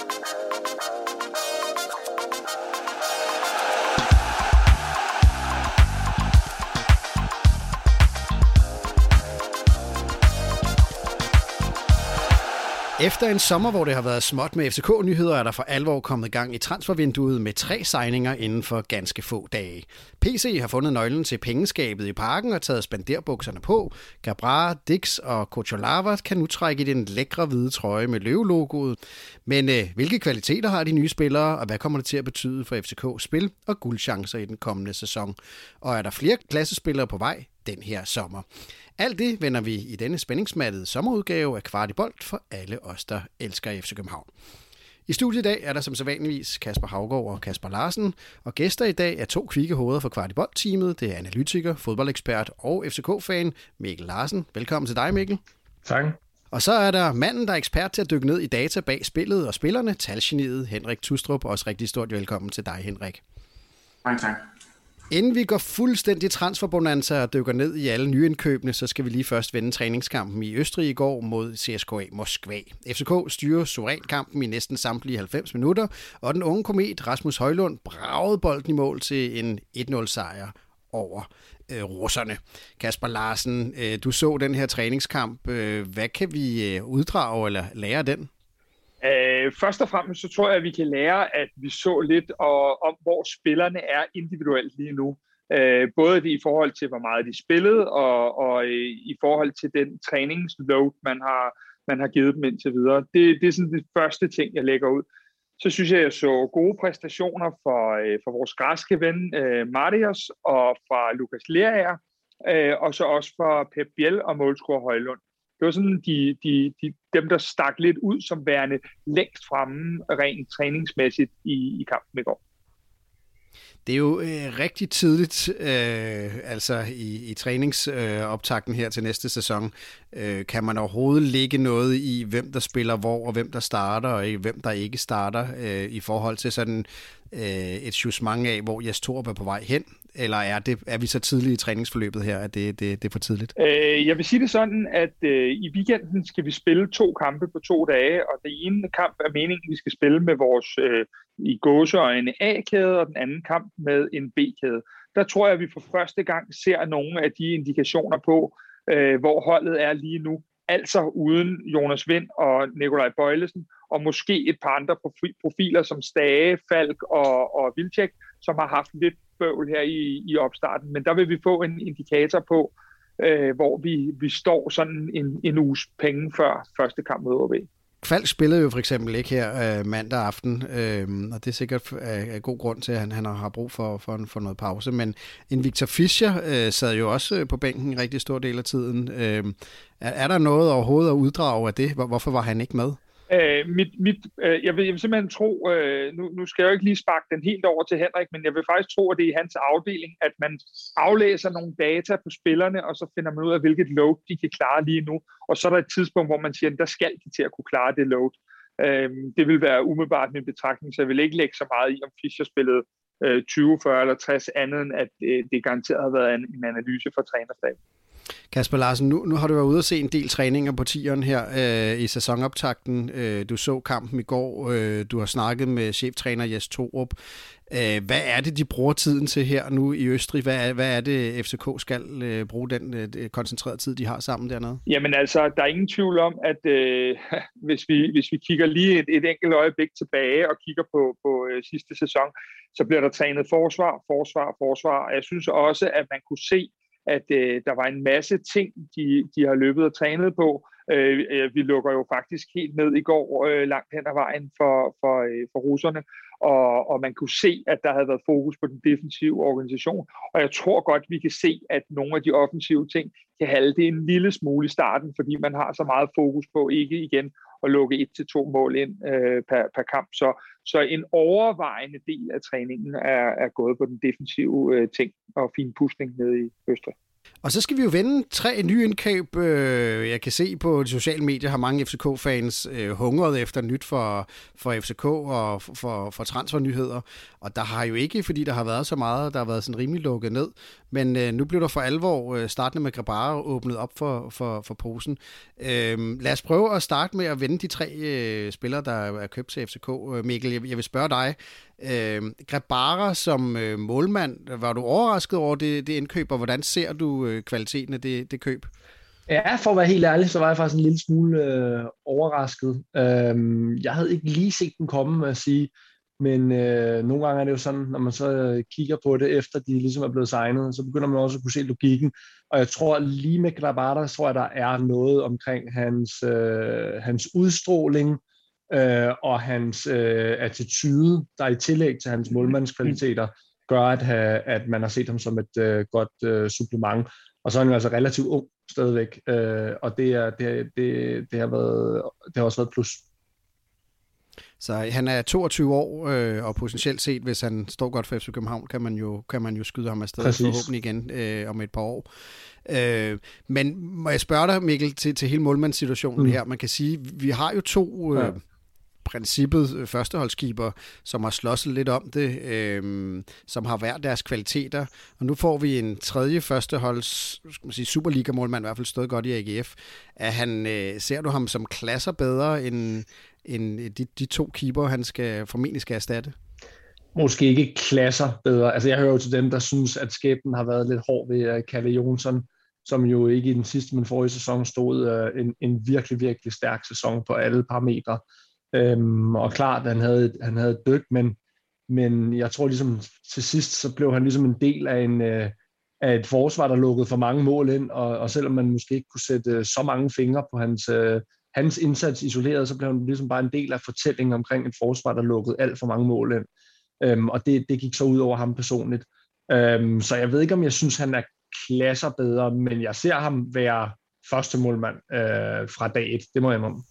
Efter en sommer, hvor det har været småt med FCK-nyheder, er der for alvor kommet gang i transfervinduet med 3 signinger inden for ganske få dage. PC har fundet nøglen til pengeskabet i parken og taget spanderbukserne på. Gabra, Dix og Kocholava kan nu trække i den lækre hvide trøje med løvelogoet. Men hvilke kvaliteter har de nye spillere, og hvad kommer det til at betyde for FCK's spil og guldchancer i den kommende sæson? Og er der flere klassespillere på vej den her sommer? Alt det vender vi i denne spændingsmattede sommerudgave af Kvart i Bold for alle os, der elsker FC København. I studiet i dag er der som sædvanligvis Kasper Haugaard og Kasper Larsen, og gæster i dag er 2 kvikke hoveder for Kvart i Bold-teamet. Det er analytiker, fodboldekspert og FCK-fan Mikkel Larsen. Velkommen til dig, Mikkel. Tak. Og så er der manden, der er ekspert til at dykke ned i data bag spillet og spillerne, talgeniet Henrik Tustrup. Også rigtig stort velkommen til dig, Henrik. Mange tak. Inden vi går fuldstændig transferbonanza og dykker ned i alle nyindkøbene, så skal vi lige først vende træningskampen i Østrig i går mod CSKA Moskva. FCK styrer suverænt kampen i næsten samtlige 90 minutter, og den unge komet Rasmus Højlund bragede bolden i mål til en 1-0-sejr over russerne. Kasper Larsen, du så den her træningskamp. Hvad kan vi uddrage eller lære af den? Først og fremmest så tror jeg, at vi kan lære, at vi så lidt om, hvor spillerne er individuelt lige nu. Både i forhold til, hvor meget de spillede, og i forhold til den træningsload, man har givet dem indtil videre. Det er sådan det første ting, jeg lægger ud. Så synes jeg så gode præstationer for vores græske ven Marius og fra Lukas Lerager, og så også for Pep Biel og målscorer Højlund. Det var sådan dem, der stak lidt ud som værende længst fremme rent træningsmæssigt i kampen i går. Det er jo rigtig tidligt, altså i træningsoptakten her til næste sæson. Kan man overhovedet lægge noget i, hvem der spiller hvor, og hvem der starter, og hvem der ikke starter, i forhold til sådan et jugement af, hvor Jes Torup er på vej hen? Eller er vi så tidligt i træningsforløbet her, at det er for tidligt? Jeg vil sige det sådan, at i weekenden skal vi spille 2 kampe på 2 dage, og det ene kamp er meningen, at vi skal spille med vores i gåseøjne A-kæde, og den anden kamp med en B-kæde. Der tror jeg, at vi for første gang ser nogle af de indikationer på, hvor holdet er lige nu. Altså uden Jonas Vind og Nikolaj Bøjlesen, og måske et par andre profiler som Stage, Falk og Vilcek, som har haft lidt bøvl her i opstarten. Men der vil vi få en indikator på, hvor vi står sådan en uges penge før første kamp mod OB. Falk spillede jo for eksempel ikke her mandag aften, og det er sikkert af god grund til, at han har brug for noget pause. Men en Victor Fischer sad jo også på bænken en rigtig stor del af tiden. Er der noget overhovedet at uddrage af det? Hvorfor var han ikke med? Jeg vil simpelthen tro, nu skal jeg jo ikke lige sparke den helt over til Henrik, men jeg vil faktisk tro, at det er i hans afdeling, at man aflæser nogle data på spillerne, og så finder man ud af, hvilket load de kan klare lige nu. Og så er der et tidspunkt, hvor man siger, at der skal de til at kunne klare det load. Det vil være umiddelbart min betragtning, så jeg vil ikke lægge så meget i, om Fischer spillede 20, 40 eller 60 andet, end at det garanteret har været en analyse for trænerstaben. Kasper Larsen, nu har du været ude at se en del træninger på tieren her i sæsonoptakten. Du så kampen i går. Du har snakket med cheftræner Jes Torup. Hvad er det, de bruger tiden til her nu i Østrig? Hvad er det, FCK skal bruge den koncentrerede tid, de har sammen dernede? Jamen altså, der er ingen tvivl om, at hvis vi kigger lige et enkelt øjeblik tilbage og kigger på sidste sæson, så bliver der trænet forsvar. Og jeg synes også, at man kunne se, at der var en masse ting, de har løbet og trænet på. Vi lukker jo faktisk helt ned i går langt hen ad vejen for russerne, og man kunne se, at der havde været fokus på den defensive organisation. Og jeg tror godt, vi kan se, at nogle af de offensive ting kan halte en lille smule i starten, fordi man har så meget fokus på ikke igen at lukke 1-2 mål ind per kamp. Så en overvejende del af træningen er gået på den defensive ting og finpudsning nede i Østrig. Og så skal vi jo vende 3 nye indkøb. Jeg kan se på de sociale medier, har mange FCK-fans hungret efter nyt for FCK og for transfernyheder. Og der har jo ikke, fordi der har været så meget, der har været sådan rimelig lukket ned. Men nu bliver der for alvor, startende med Grabara, åbnet op for posen. Lad os prøve at starte med at vende de 3 spillere, der er købt til FCK. Mikkel, jeg vil spørge dig. Grabara som målmand, var du overrasket over det indkøb, og hvordan ser du kvaliteten af det køb? Ja, for at være helt ærlig, så var jeg faktisk en lille smule overrasket. Jeg havde ikke lige set den komme, må jeg sige, men nogle gange er det jo sådan, når man så kigger på det, efter de ligesom er blevet signet, så begynder man også at kunne se logikken, og jeg tror lige med Grabara, tror jeg, der er noget omkring hans udstråling, og hans attitude, der i tillæg til hans målmandskvaliteter, gør, at man har set ham som et godt supplement. Og så er han jo altså relativt ung stadigvæk, og det har også været plus. Så han er 22 år, og potentielt set, hvis han står godt for FC København, kan man jo skyde ham afsted forhåbentlig igen om et par år. Men må jeg spørge dig, Mikkel, til hele målmandssituationen her. Man kan sige, vi har jo 2... princippet førsteholdskeeper, som har slåsset lidt om det, som har hver deres kvaliteter, og nu får vi en tredje førsteholds, skal man sige, Superliga-målmand, i hvert fald stået godt i AGF. Ser du ham som klasser bedre end de 2 keeper, han formentlig skal erstatte? Måske ikke klasser bedre. Altså jeg hører jo til dem, der synes, at skæbnen har været lidt hård ved Kalle Jonsson, som jo ikke i den sidste, men forrige sæson stod en virkelig, virkelig stærk sæson på alle parametre. Og klart, han havde et dyk, men jeg tror ligesom til sidst, så blev han ligesom en del af et forsvar, der lukkede for mange mål ind, og selvom man måske ikke kunne sætte så mange fingre på hans indsats isoleret, så blev han ligesom bare en del af fortællingen omkring et forsvar, der lukkede alt for mange mål ind. Og det gik så ud over ham personligt. Så jeg ved ikke, om jeg synes, han er klasser bedre, men jeg ser ham være første målmand fra dag 1, det må jeg om.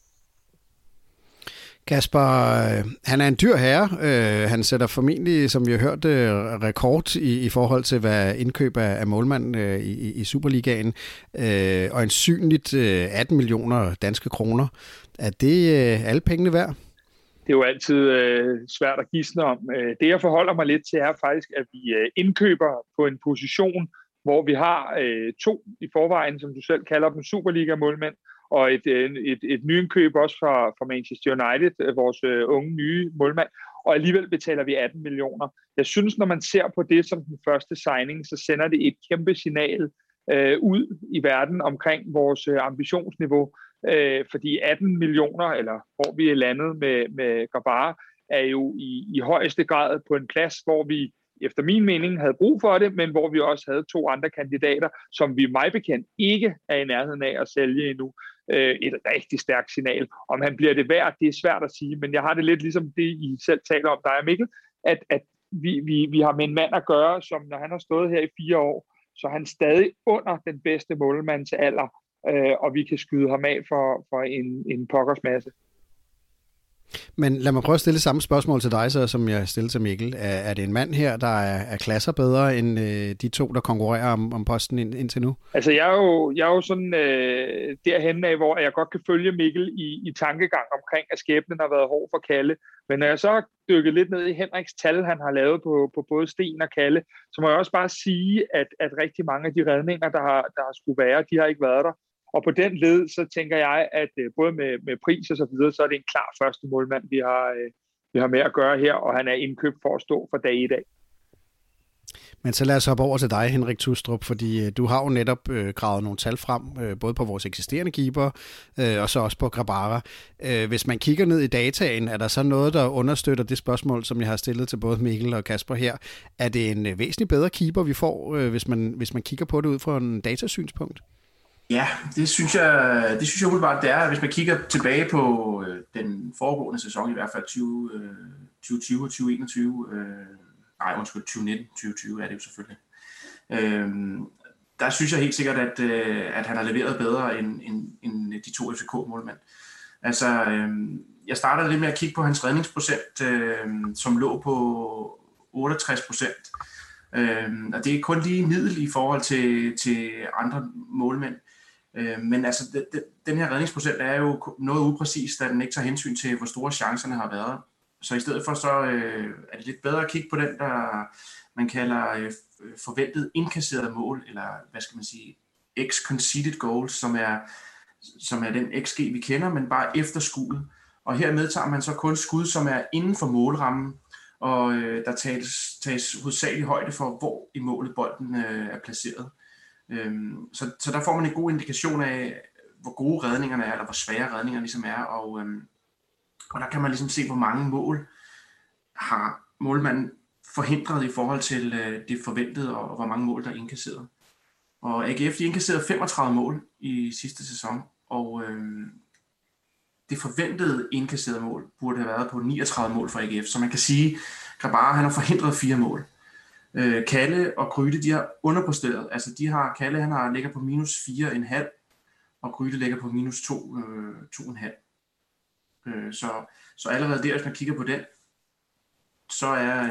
Kasper, han er en dyr herre. Han sætter formentlig, som vi har hørt, rekord i forhold til, hvad indkøb af målmand i Superligaen, og en synligt 18 millioner danske kroner. Er det alle pengene værd? Det er jo altid svært at gisne om. Det, jeg forholder mig lidt til, er faktisk, at vi indkøber på en position, hvor vi har 2 i forvejen, som du selv kalder dem, Superliga-målmænd, og et nyindkøb også fra Manchester United, vores unge nye målmand, og alligevel betaler vi 18 millioner. Jeg synes, når man ser på det som den første signing, så sender det et kæmpe signal ud i verden omkring vores ambitionsniveau, fordi 18 millioner, eller hvor vi er landet med Grabara, er jo i højeste grad på en plads, hvor vi efter min mening havde brug for det, men hvor vi også havde 2 andre kandidater, som vi mig bekendt ikke er i nærheden af at sælge endnu. Et rigtig stærkt signal. Om han bliver det værd, det er svært at sige, men jeg har det lidt ligesom det, I selv taler om, dig, Mikkel, at vi har med en mand at gøre, som når han har stået her i 4 år, så er han stadig under den bedste målmands alder, og vi kan skyde ham af for en pokkers masse. Men lad mig prøve at stille samme spørgsmål til dig, så, som jeg stillede til Mikkel. Er det en mand her, der er klasser bedre end de 2, der konkurrerer om posten indtil nu? Altså, jeg er jo sådan derhenne af, hvor jeg godt kan følge Mikkel i tankegang omkring, at skæbnen har været hård for Kalle. Men når jeg så har dykket lidt ned i Henriks tal, han har lavet på både Sten og Kalle, så må jeg også bare sige, at rigtig mange af de redninger, der har skulle være, de har ikke været der. Og på den led, så tænker jeg, at både med pris og så videre, så er det en klar første målmand, vi har med at gøre her, og han er indkøbt for at stå for dag i dag. Men så lad os hoppe over til dig, Henrik Tustrup, fordi du har jo netop gravet nogle tal frem, både på vores eksisterende keeper, og så også på Grabara. Hvis man kigger ned i dataen, er der så noget, der understøtter det spørgsmål, som jeg har stillet til både Mikkel og Kasper her? Er det en væsentligt bedre keeper, vi får, hvis man kigger på det ud fra en datasynspunkt? Ja, det synes jeg umiddelbart, det er. Hvis man kigger tilbage på den foregående sæson, i hvert fald 2020 og 2021, 2019, 2020 er det jo selvfølgelig. Der synes jeg helt sikkert, at han har leveret bedre end de 2 FCK-målmænd. Altså, jeg startede lidt med at kigge på hans redningsprocent, som lå på 68%. Og det er kun lige middel i forhold til andre målmænd. Men altså, den her redningsprocent er jo noget upræcis, da den ikke tager hensyn til, hvor store chancerne har været. Så i stedet for, så er det lidt bedre at kigge på den, der man kalder forventet indkasseret mål, eller hvad skal man sige, x-conceded goals, som er den XG, vi kender, men bare efter skuddet. Og hermed tager man så kun skud, som er inden for målrammen, og der tages hovedsageligt højde for, hvor i målet bolden er placeret. Så der får man en god indikation af, hvor gode redningerne er, eller hvor svære redningerne ligesom er, og der kan man ligesom se, hvor mange mål har målmanden forhindret i forhold til det forventede, og hvor mange mål der er indkasseret. Og AGF de indkasserede 35 mål i sidste sæson, og det forventede indkasserede mål burde have været på 39 mål for AGF, så man kan sige, at Grabara han har forhindret 4 mål. Kalle og Gryde, de har underpræsteret. Altså Kalle han ligger på minus 4,5, og Gryde ligger på minus 2,5. Så allerede der, hvis man kigger på den, så er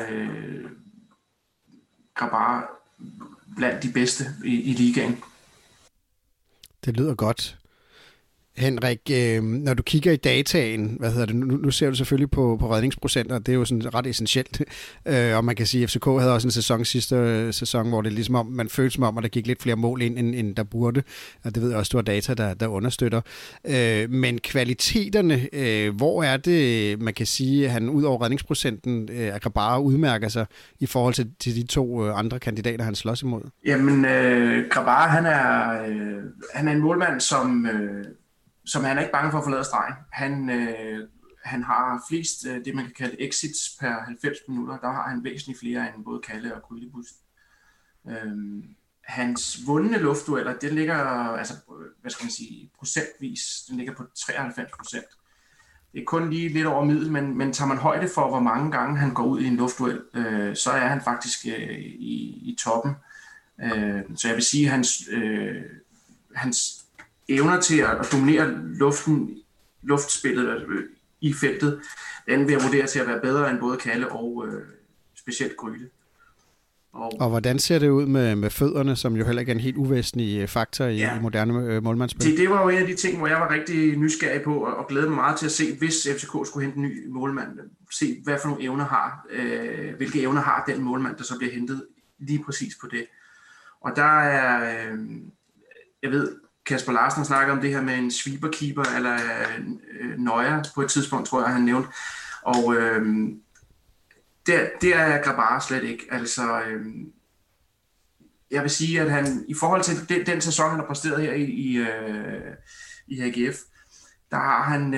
Grabara blandt de bedste i ligaen. Det lyder godt. Henrik, når du kigger i dataen, nu ser du selvfølgelig på redningsprocenter, det er jo sådan ret essentielt, og man kan sige, at FCK havde også en sæson sidste sæson, hvor det ligesom om, man følte som om, at der gik lidt flere mål ind, end der burde, og det ved jeg også, du har data, der understøtter. Men kvaliteterne, hvor er det, man kan sige, at han ud over redningsprocenten, Grabara udmærker sig i forhold til de 2 andre kandidater, han slås imod? Jamen, Grabara, han er en målmand, som han er ikke bange for at forlade stregen. Han har flest det, man kan kalde exits per 90 minutter. Der har han væsentligt flere end både Kalle og Grydebus. Hans vundne luftdueller, det ligger, altså, hvad skal man sige, procentvis, den ligger på 93%. Det er kun lige lidt over middel, men tager man højde for, hvor mange gange han går ud i en luftduel, så er han faktisk i toppen. Så jeg vil sige, at hans evner til at dominere luftspillet i feltet, den vil jeg vurdere til at være bedre end både Kalle og specielt Gryde. Og hvordan ser det ud med fødderne, som jo heller ikke er en helt uvæsentlig faktor i moderne målmandsspil? Det var jo en af de ting, hvor jeg var rigtig nysgerrig på og glædede mig meget til at se, hvis FCK skulle hente en ny målmand, se hvad for nogle evner hvilke evner har den målmand, der så bliver hentet lige præcis på det. Og der er, jeg ved, Kasper Larsen snakker om det her med en sweeperkeeper, eller Neuer på et tidspunkt, tror jeg, han nævnte. Og det er Grabara slet ikke. Altså, jeg vil sige, at han i forhold til den sæson, han har præsteret her i AGF, der har han,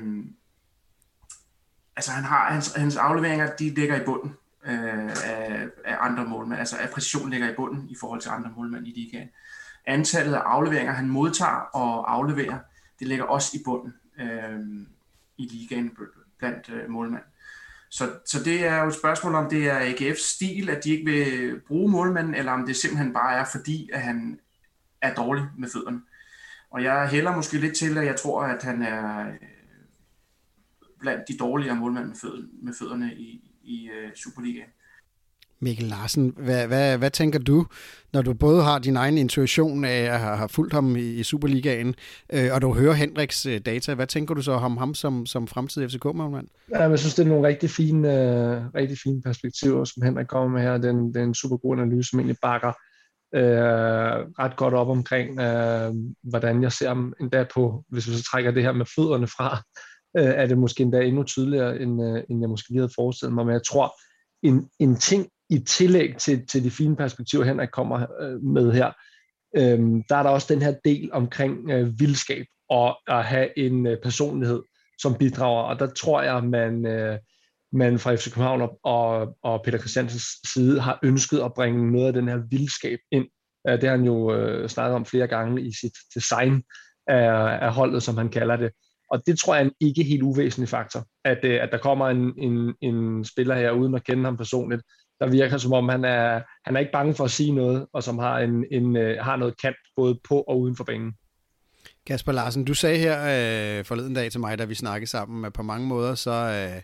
hans afleveringer, de ligger i bunden af andre målmænd. Altså, at præcision ligger i bunden i forhold til andre målmænd i ligaen. Antallet af afleveringer, han modtager og afleverer, det ligger også i bunden i ligaen blandt målmænd. Så det er jo et spørgsmål, om det er AGF's stil, at de ikke vil bruge målmanden, eller om det simpelthen bare er fordi, at han er dårlig med fødderne. Og jeg hælder måske lidt til, at jeg tror, at han er blandt de dårligere målmænd med fødderne i Superligaen. Mikkel Larsen, hvad tænker du, når du både har din egen intuition af at have fulgt ham i Superligaen, og du hører Henriks data, hvad tænker du så om ham som fremtidig FCK-målmand? Ja, jeg synes, det er nogle rigtig fine perspektiver, som Henrik kommer med her. Det er en super god analyse, som egentlig bakker ret godt op omkring, hvordan jeg ser ham endda på, hvis vi så trækker det her med fødderne fra, er det måske endda endnu tydeligere, end jeg måske lige havde forestillet mig. Men jeg tror, en ting i tillæg til de fine perspektiver, Henrik kommer med her, der er der også den her del omkring vildskab og at have en personlighed, som bidrager. Og der tror jeg, man fra FC København og Peter Christiansens side har ønsket at bringe noget af den her vildskab ind. Det har han jo snakket om flere gange i sit design af holdet, som han kalder det. Og det tror jeg er en ikke helt uvæsentlig faktor, at der kommer en spiller her, uden at kende ham personligt, der virker som om, han er ikke bange for at sige noget, og som har noget kant både på og uden for banen. Kasper Larsen, du sagde her forleden dag til mig, da vi snakkede sammen, at på mange måder,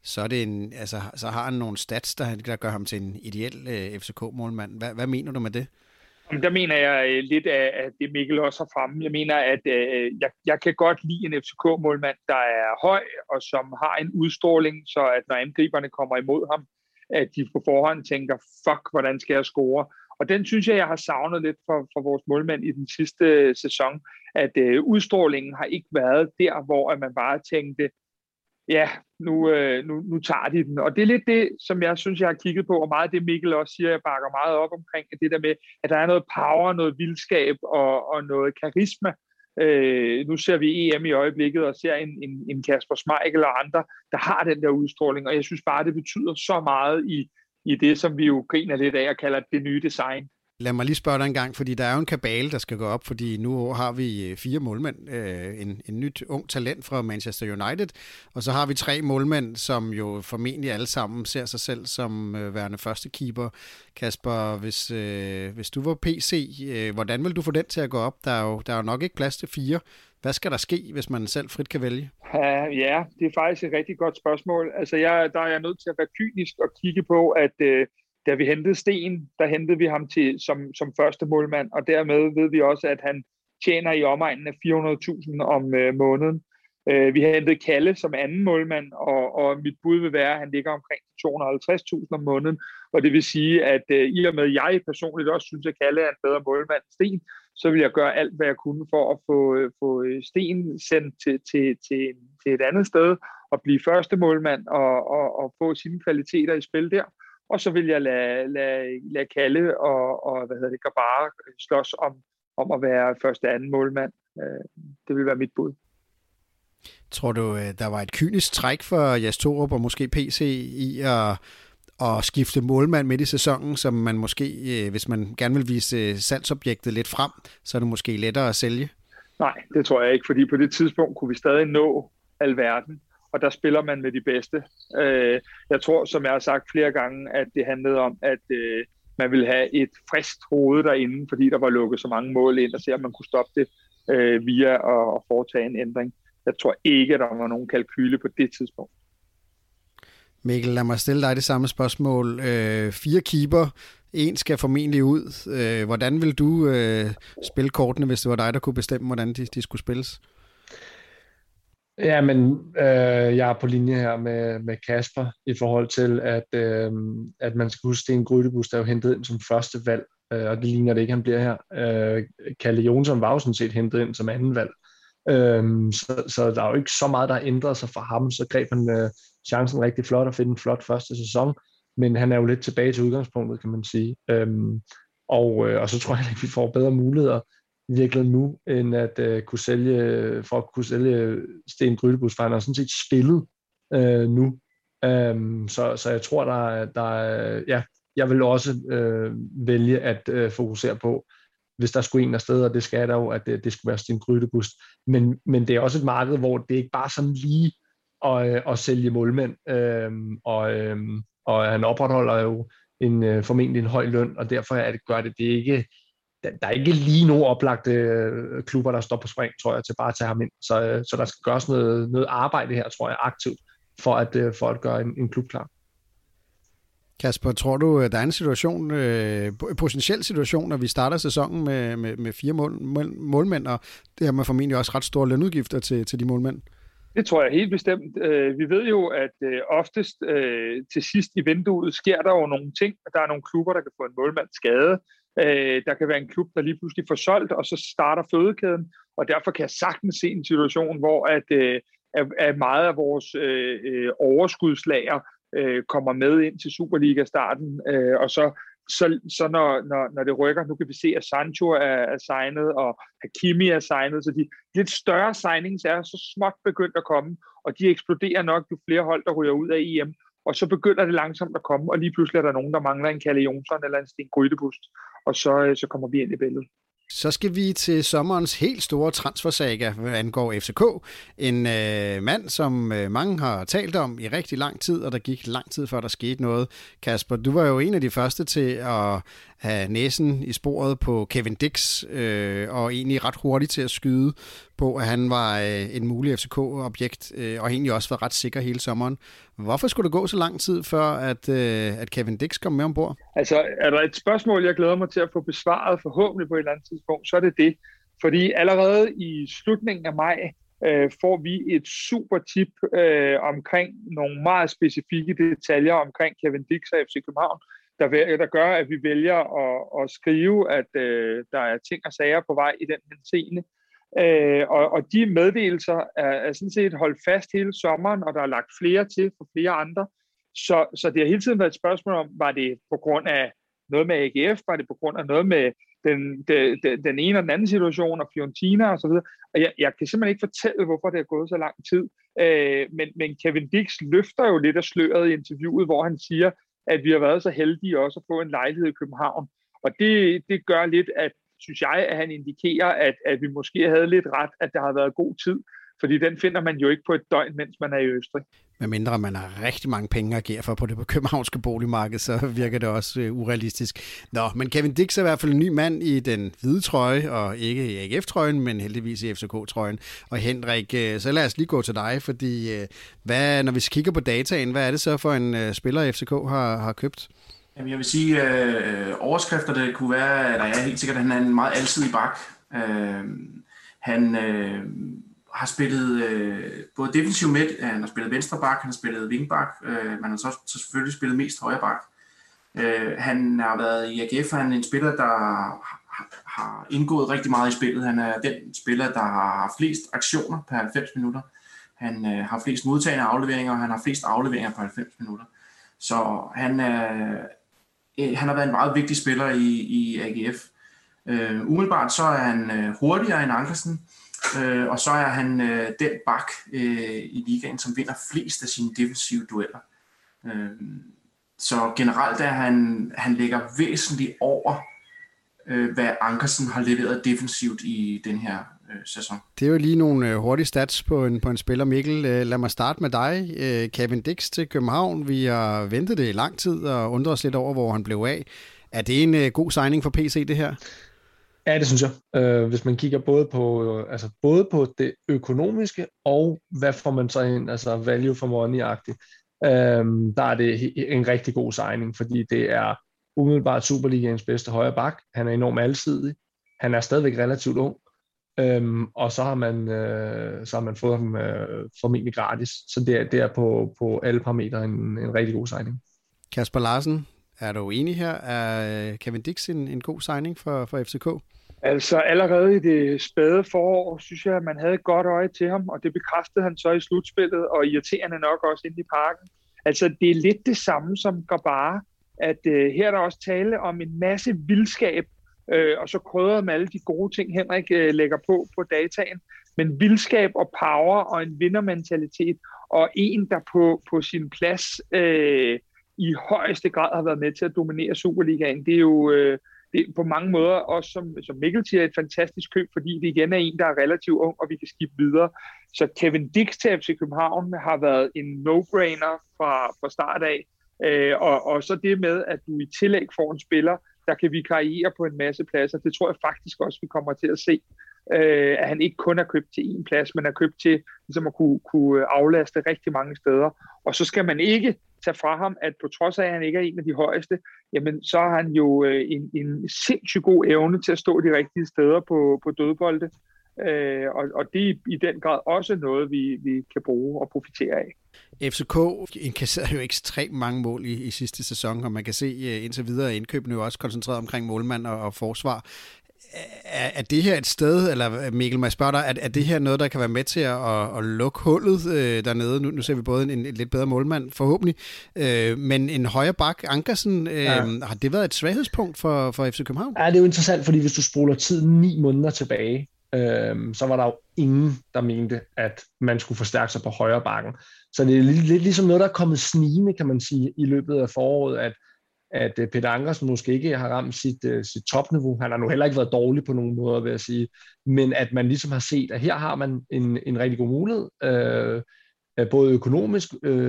så er det så har han nogle stats, der gør ham til en ideel FCK-målmand. Hvad mener du med det? Der mener jeg lidt af det, Mikkel også har fremme. Jeg mener, at jeg kan godt lide en FCK-målmand, der er høj, og som har en udstråling, så at når angriberne kommer imod ham, at de på forhånd tænker, fuck, hvordan skal jeg score? Og den synes jeg har savnet lidt for vores målmand i den sidste sæson, at udstrålingen har ikke været der, hvor man bare tænkte, ja, nu tager de den. Og det er lidt det, som jeg synes, jeg har kigget på, og meget det Mikkel også siger, jeg bakker meget op omkring, det der med, at der er noget power, noget vildskab og noget karisma. Nu ser vi EM i øjeblikket og ser en Kasper Schmeichel og andre, der har den der udstråling, og jeg synes bare, det betyder så meget i det, som vi jo griner lidt af og kalder det nye design. Lad mig lige spørge dig en gang, fordi der er jo en kabale, der skal gå op, fordi nu har vi 4 målmænd. En nyt ung talent fra Manchester United, og så har vi 3 målmænd, som jo formentlig alle sammen ser sig selv som værende første keeper. Kasper, hvis du var PC, hvordan vil du få den til at gå op? Der er jo nok ikke plads til 4. Hvad skal der ske, hvis man selv frit kan vælge? Ja, det er faktisk et rigtig godt spørgsmål. Altså, der er jeg nødt til at være kynisk og kigge på, at da vi hentede Sten, der hentede vi ham til som første målmand, og dermed ved vi også, at han tjener i omegnen af 400.000 om måneden. Vi har hentet Kalle som anden målmand, og mit bud vil være, at han ligger omkring 250.000 om måneden, og det vil sige, at i og med, jeg personligt også synes, at Kalle er en bedre målmand end Sten, så vil jeg gøre alt, hvad jeg kunne for at få Sten sendt til et andet sted, og blive første målmand og få sine kvaliteter i spil der. Og så vil jeg lade Kalle og Gabara slås om at være første anden målmand. Det vil være mit bud. Tror du, der var et kynisk træk for Jes Torup og måske PC i at skifte målmand midt i sæsonen, som man måske, hvis man gerne vil vise salgsobjektet lidt frem, så er det måske lettere at sælge? Nej, det tror jeg ikke, fordi på det tidspunkt kunne vi stadig nå alverden, og der spiller man med de bedste. Jeg tror, som jeg har sagt flere gange, at det handlede om, at man ville have et friskt hoved derinde, fordi der var lukket så mange mål ind, og se, om man kunne stoppe det via at foretage en ændring. Jeg tror ikke, at der var nogen kalkyle på det tidspunkt. Mikkel, lad mig stille dig det samme spørgsmål. 4 keeper, 1 skal formentlig ud. Hvordan vil du spille kortene, hvis det var dig, der kunne bestemme, hvordan de skulle spilles? Ja, men jeg er på linje her med Kasper i forhold til, at man skal huske, Sten Grydebus, der er jo hentet ind som første valg, og det ligner det ikke, han bliver her. Kalle Jonsson var jo sådan set hentet ind som anden valg. Så der er jo ikke så meget, der har ændret sig for ham. Så greb han chancen rigtig flot at finde en flot første sæson, men han er jo lidt tilbage til udgangspunktet, kan man sige. Og så tror jeg, at vi får bedre muligheder virkelig nu, end at kunne sælge Sten Grydebus, for han har sådan set spillet nu. Så jeg tror, jeg vil også vælge at fokusere på, hvis der skulle en afsted, og det skal der jo, at det skulle være Sten Grydebus. Men det er også et marked, hvor det ikke bare sådan lige at sælge målmænd, og han opretholder jo formentlig en høj løn, og derfor gør det ikke. Der er ikke lige nogen oplagte klubber, der står på spring, tror jeg, til bare at tage ham ind. Så der skal gøres noget arbejde her, tror jeg, aktivt, for at gøre en klub klar. Kasper, tror du, der er en situation, potentiel situation, når vi starter sæsonen med 4 målmænd, og det har man formentlig også ret store lønudgifter til de målmænd? Det tror jeg helt bestemt. Vi ved jo, at oftest til sidst i vinduet sker der jo nogle ting. Der er nogle klubber, der kan få en målmand skade. Der kan være en klub, der lige pludselig får solgt, og så starter fødekæden. Og derfor kan jeg sagtens se en situation, hvor at meget af vores overskudslager kommer med ind til Superliga-starten, og så når det rykker, nu kan vi se, at Sancho er signet, og Hakimi er signet, så de lidt større signings er så småt begyndt at komme, og de eksploderer nok, jo flere hold, der ryger ud af EM, og så begynder det langsomt at komme, og lige pludselig er der nogen, der mangler en Kalle Jonsson eller en Sten Grydebus, og så kommer vi ind i billedet. Så skal vi til sommerens helt store transfersaga, hvad angår FCK. En mand, som mange har talt om i rigtig lang tid, og der gik lang tid før der skete noget. Kasper, du var jo en af de første til at have næsen i sporet på Kevin Dix, og egentlig ret hurtigt til at skyde på, at han var en mulig FCK-objekt, og egentlig også var ret sikker hele sommeren. Hvorfor skulle det gå så lang tid, før at Kevin Dix kom med ombord? Altså, er der et spørgsmål, jeg glæder mig til at få besvaret forhåbentlig på et eller andet tidspunkt, så er det det. Fordi allerede i slutningen af maj får vi et super tip omkring nogle meget specifikke detaljer omkring Kevin Dix og FC København, der gør, at vi vælger at skrive, at der er ting og sager på vej i den henseende. Og de meddelelser er sådan set holdt fast hele sommeren, og der er lagt flere til for flere andre. Så det har hele tiden været et spørgsmål om, var det på grund af noget med AGF, var det på grund af noget med den ene og den anden situation, og Fiorentina og så videre. Og jeg kan simpelthen ikke fortælle, hvorfor det er gået så lang tid. Men Kevin Dix løfter jo lidt af sløret i interviewet, hvor han siger, at vi har været så heldige også at få en lejlighed i København. Og det gør lidt, synes jeg, at han indikerer, at vi måske havde lidt ret, at der har været god tid. Fordi den finder man jo ikke på et døgn, mens man er i Østrig. Med mindre man har rigtig mange penge at agere for på det københavnske boligmarked, så virker det også urealistisk. Nå, men Kevin Dix er i hvert fald en ny mand i den hvide trøje, og ikke i AGF-trøjen, men heldigvis i FCK-trøjen. Og Henrik, så lad os lige gå til dig, fordi når vi kigger på dataen, hvad er det så for en spiller, FCK har købt? Jamen, jeg vil sige, overskrifter, det kunne være, eller jeg er helt sikkert, at han er en meget alsidig bak. Han har spillet både defensiv midt, han har spillet venstre bak, han har spillet vingbak, man har så selvfølgelig spillet mest højre bak. Han har været i AGF, han er en spiller, der har indgået rigtig meget i spillet. Han er den spiller, der har flest aktioner per 90 minutter. Han har flest modtagende afleveringer, og han har flest afleveringer på 90 minutter. Så han har været en meget vigtig spiller i AGF. Umiddelbart så er han hurtigere end Ankersen, og så er han den bak i ligaen, som vinder flest af sine defensive dueller. Så generelt er han ligger væsentligt over, hvad Ankersen har leveret defensivt i den her sæson. Det er jo lige nogle hurtige stats på en spiller, Mikkel. Lad mig starte med dig. Kevin Dix til København. Vi har ventet det i lang tid og undret os lidt over, hvor han blev af. Er det en god signing for PC, det her? Ja, det synes jeg. Hvis man kigger både på det økonomiske, og hvad får man så ind, altså value for money-agtigt, der er det en rigtig god signing, fordi det er umiddelbart Superligaens bedste højre bak. Han er enormt alsidig. Han er stadigvæk relativt ung. Og så har man fået ham formentlig gratis. Så det er på alle parametre en rigtig god signing. Kasper Larsen, er du enig her? Er Kevin Dix en god signing for FCK? Altså allerede i det spæde forår, synes jeg, at man havde et godt øje til ham, og det bekræftede han så i slutspillet, og irriterende nok også inde i parken. Altså det er lidt det samme som Grabara, at her er der også tale om en masse vildskab, og så krydret med alle de gode ting, Henrik lægger på dataen, men vildskab og power og en vindermentalitet, og en, der på sin plads i højeste grad har været med til at dominere Superligaen. Det er jo det er på mange måder også, som Mikkel siger, et fantastisk køb, fordi det igen er en, der er relativt ung, og vi kan skifte videre. Så Kevin Dix til FC København har været en no-brainer fra start af, og så det med, at du i tillæg får en spiller, der kan vikariere på en masse pladser, det tror jeg faktisk også, vi kommer til at se, at han ikke kun er købt til én plads, men er købt til ligesom at kunne aflaste rigtig mange steder. Og så skal man ikke tage fra ham, at på trods af, at han ikke er en af de højeste, jamen så har han jo en sindssygt god evne til at stå de rigtige steder på dødbolde. Og det er i den grad også noget, vi kan bruge og profitere af. FCK inkasserede jo ekstremt mange mål i sidste sæson, og man kan se indtil videre indkøbene jo også koncentreret omkring målmand og forsvar. Er det her et sted, eller Mikkel, må jeg spørge dig, er det her noget, der kan være med til at lukke hullet dernede? Nu ser vi både en lidt bedre målmand, forhåbentlig, men en højre bak, Ankersen, har det været et svaghedspunkt for FC København? Ja, det er jo interessant, fordi hvis du spoler tiden 9 måneder tilbage, så var der jo ingen, der mente, at man skulle forstærke sig på højre bakken. Så det er lidt ligesom noget, der er kommet snigende, kan man sige, i løbet af foråret, at Peter Ankersen måske ikke har ramt sit topniveau. Han har nu heller ikke været dårlig på nogen måder, vil jeg sige. Men at man ligesom har set, at her har man en rigtig god mulighed, både økonomisk,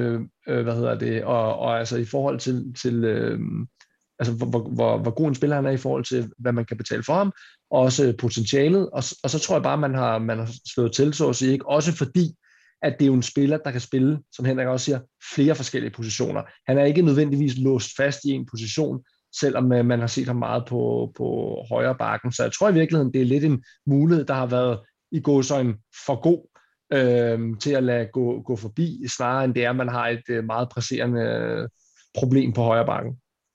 og altså i forhold til altså hvor god en spiller han er i forhold til, hvad man kan betale for ham, og også potentialet. Og så tror jeg bare, man har slået til, så at sige, ikke? Også fordi, at det er jo en spiller, der kan spille, som Henrik også siger, flere forskellige positioner. Han er ikke nødvendigvis låst fast i en position, selvom man har set ham meget på højre bakken. Så jeg tror i virkeligheden, det er lidt en mulighed, der har været i gåseøjne for god til at lade gå forbi, snarere end det er, at man har et meget presserende problem på højre bakken.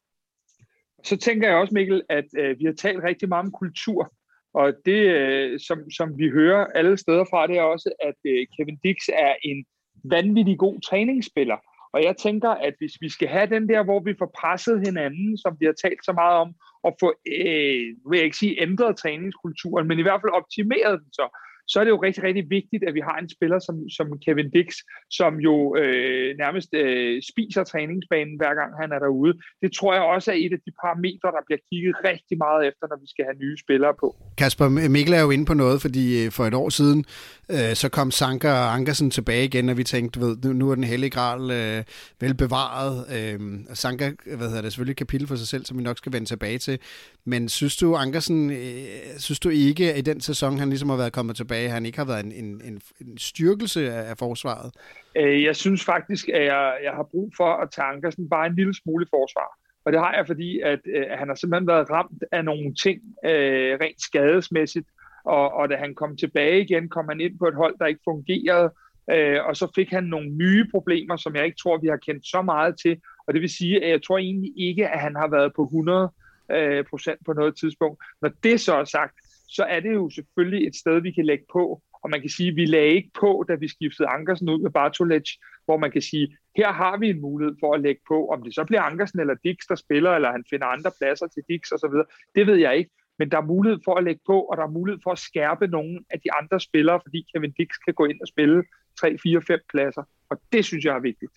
Så tænker jeg også, Mikkel, at vi har talt rigtig meget om kultur, og det, som vi hører alle steder fra, det er også, at Kevin Dix er en vanvittig god træningsspiller. Og jeg tænker, at hvis vi skal have den der, hvor vi får presset hinanden, som vi har talt så meget om, og få, vil jeg ikke sige ændret træningskulturen, men i hvert fald optimeret den så er det jo rigtig, rigtig vigtigt, at vi har en spiller som Kevin Dix, som jo nærmest spiser træningsbanen, hver gang han er derude. Det tror jeg også er et af de parametre, der bliver kigget rigtig meget efter, når vi skal have nye spillere på. Kasper, Mikkel er jo inde på noget, fordi for et år siden, så kom Sanka og Ankersen tilbage igen, og vi tænkte, nu er den hellige gral vel bevaret. Sanka, selvfølgelig et kapitel for sig selv, som vi nok skal vende tilbage til. Men synes du, Ankersen, synes du ikke, at i den sæson, han ligesom har været kommet tilbage, han ikke har været en styrkelse af forsvaret? Jeg synes faktisk, at jeg har brug for at tage Ankersen bare en lille smule forsvar. Og det har jeg, fordi at han har simpelthen været ramt af nogle ting rent skadesmæssigt. Og da han kom tilbage igen, kom han ind på et hold, der ikke fungerede. Og så fik han nogle nye problemer, som jeg ikke tror, vi har kendt så meget til. Og det vil sige, at jeg tror egentlig ikke, at han har været på 100% på noget tidspunkt. Når det så er sagt, så er det jo selvfølgelig et sted, vi kan lægge på. Og man kan sige, at vi lagde ikke på, da vi skiftede Ankersen ud med Bartolec, hvor man kan sige, her har vi en mulighed for at lægge på. Om det så bliver Ankersen eller Dix, der spiller, eller han finder andre pladser til Dix osv., det ved jeg ikke. Men der er mulighed for at lægge på, og der er mulighed for at skærpe nogle af de andre spillere, fordi Kevin Dix kan gå ind og spille 3, 4, 5 pladser. Og det synes jeg er vigtigt.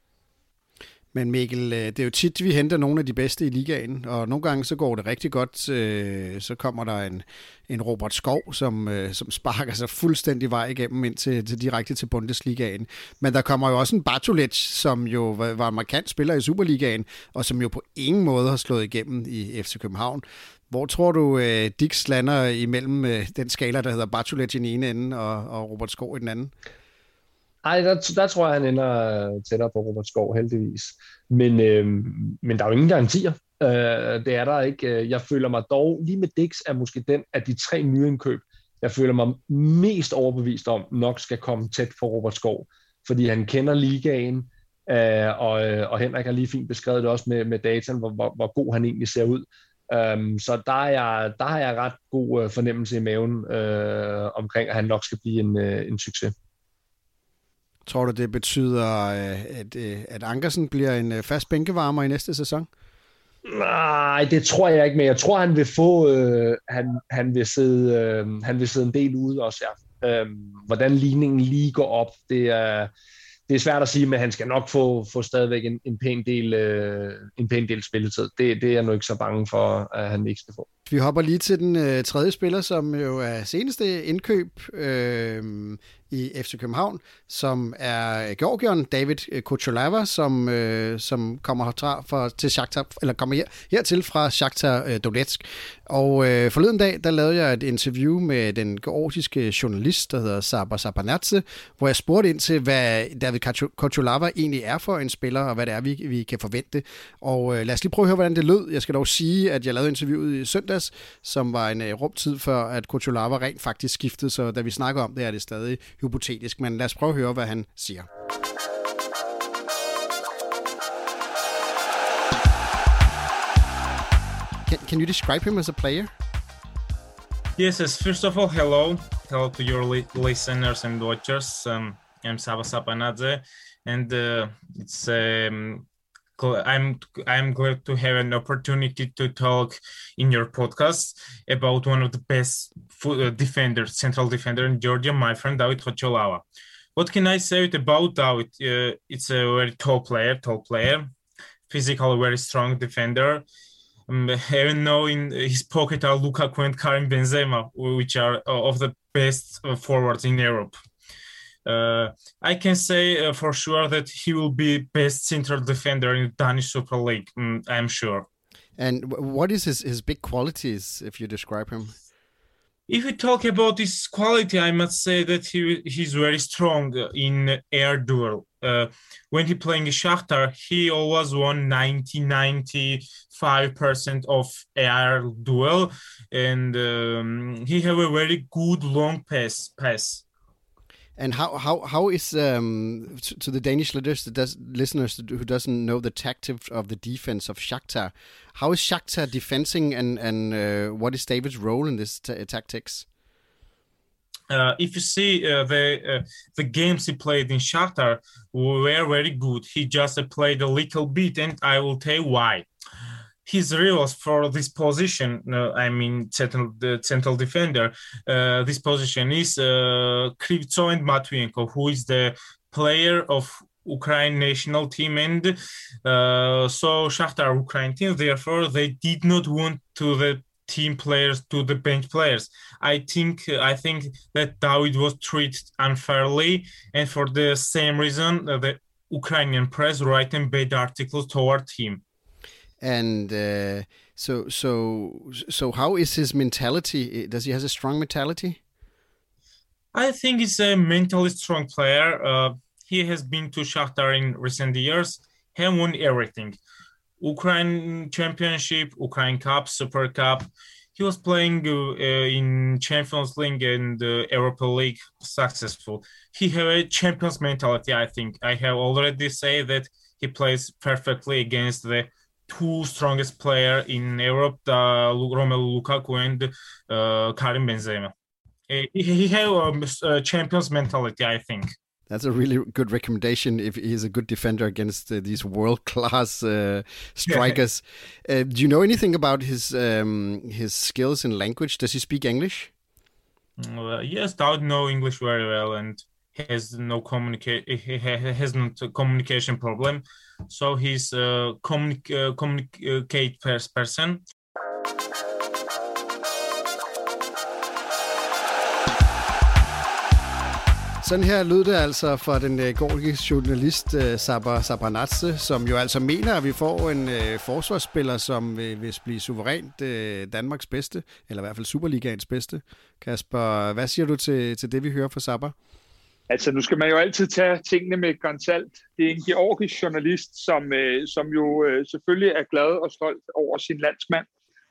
Men Mikkel, det er jo tit, vi henter nogle af de bedste i ligaen, og nogle gange så går det rigtig godt. Så kommer der en Robert Skov, som sparker sig fuldstændig vej igennem ind til direkte til Bundesligaen. Men der kommer jo også en Bartolec, som jo var en markant spiller i Superligaen, og som jo på ingen måde har slået igennem i FC København. Hvor tror du, Dix lander imellem den skala, der hedder Bartolec i den ene ende og Robert Skov i den anden? Ej, der tror jeg, han ender tættere på Robert Skov, heldigvis. Men der er jo ingen garantier. Det er der ikke. Jeg føler mig dog, lige med Dix er måske den af de 3 nyindkøb, jeg føler mig mest overbevist om, nok skal komme tæt på Robert Skov. Fordi han kender ligaen, og Henrik har lige fint beskrevet det også med dataen, hvor god han egentlig ser ud. Så der har jeg ret god fornemmelse i maven omkring, at han nok skal blive en succes. Tror du, det betyder, at Ankersen bliver en fast bænkevarmer i næste sæson? Nej, det tror jeg ikke, men jeg tror, han vil få, han vil sidde en del ude også, ja. Hvordan ligningen lige går op, det er svært at sige, men han skal nok få stadigvæk en pæn del spilletid. Det er jeg nu ikke så bange for, at han ikke skal få. Vi hopper lige til den tredje spiller, som jo er seneste indkøb i FC København, som er Georgieren David Kocholava, som kommer til Shakhtar, eller kommer hertil fra Shakhtar Donetsk. Og forleden dag, der lavede jeg et interview med den georgiske journalist, der hedder Sabar Sabanadze, hvor jeg spurgte ind til, hvad David Kocholava egentlig er for en spiller, og hvad det er, vi kan forvente. Og lad os lige prøve at høre, hvordan det lød. Jeg skal dog sige, at jeg lavede interviewet i søndags, som var en rumtid før, at Kocholava rent faktisk skiftede, så da vi snakker om det, er det stadig hypotetisk, men lad os prøve at høre, hvad han siger. Can you describe him as a player? Yes, first of all, hello to your listeners and watchers. I'm Sabar Sabanadze, and it's I'm glad to have an opportunity to talk in your podcast about one of the best defenders, central defender in Georgia, my friend David Kocholava. What can I say about David? It's a very tall player, physical, very strong defender. Even though in his pocket are Lukaku and Karim Benzema, which are of the best forwards in Europe. I can say for sure that he will be best central defender in the Danish Super League. I'm sure. And what is his big qualities, if you describe him? If we talk about his quality, I must say that he's very strong in air duel. When he playing Shakhtar, he always won 90-95% of air duel, and he have a very good long pass. And how is to the Danish listeners who doesn't know the tactics of the defense of Shakhtar, how is Shakhtar defending and what is David's role in this tactics? If you see the games he played in Shakhtar were very good. He just played a little bit, and I will tell you why. His rivals for this position, the central defender, this position is Krivtsov and Matvienko, who is the player of Ukraine national team, and so Shakhtar Ukraine team. Therefore, they did not want to the team players to the bench players. I think that David was treated unfairly, and for the same reason, the Ukrainian press writing bad articles toward him. And so how is his mentality? Does he have a strong mentality? I think he's a mentally strong player. He has been to Shakhtar in recent years. He won everything. Ukraine Championship, Ukraine Cup, Super Cup. He was playing in Champions League and Europa League successful. He have a champion's mentality, I think. I have already said that he plays perfectly against the two strongest player in Europe, Romelu Lukaku and Karim Benzema. He have a champion's mentality, I think. That's a really good recommendation if he's a good defender against these world-class strikers. Do you know anything about his skills in language? Does he speak English? Yes, David knows English very well and has no communication problem. So he's a communicate person. Sådan her lød det altså fra den georgiske journalist Sabranadze, som jo altså mener, at vi får en forsvarsspiller, som vil blive suverænt Danmarks bedste, eller i hvert fald Superligaens bedste. Kasper, hvad siger du til det, vi hører fra Sabah? Altså, nu skal man jo altid tage tingene med et gran salt. Det er en georgisk journalist, som jo selvfølgelig er glad og stolt over sin landsmand.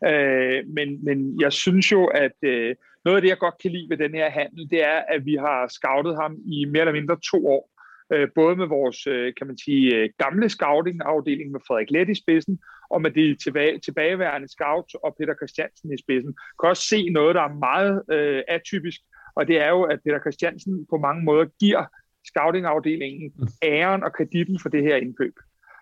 Men jeg synes jo, at noget af det, jeg godt kan lide ved den her handel, det er, at vi har scoutet ham i mere eller mindre 2 år. Både med vores, kan man sige, gamle scouting-afdeling med Frederik Leth i spidsen, og med de tilbageværende scout og Peter Christiansen i spidsen. Kan også se noget, der er meget atypisk, og det er jo, at Peter Christiansen på mange måder giver scouting-afdelingen æren og kreditten for det her indkøb.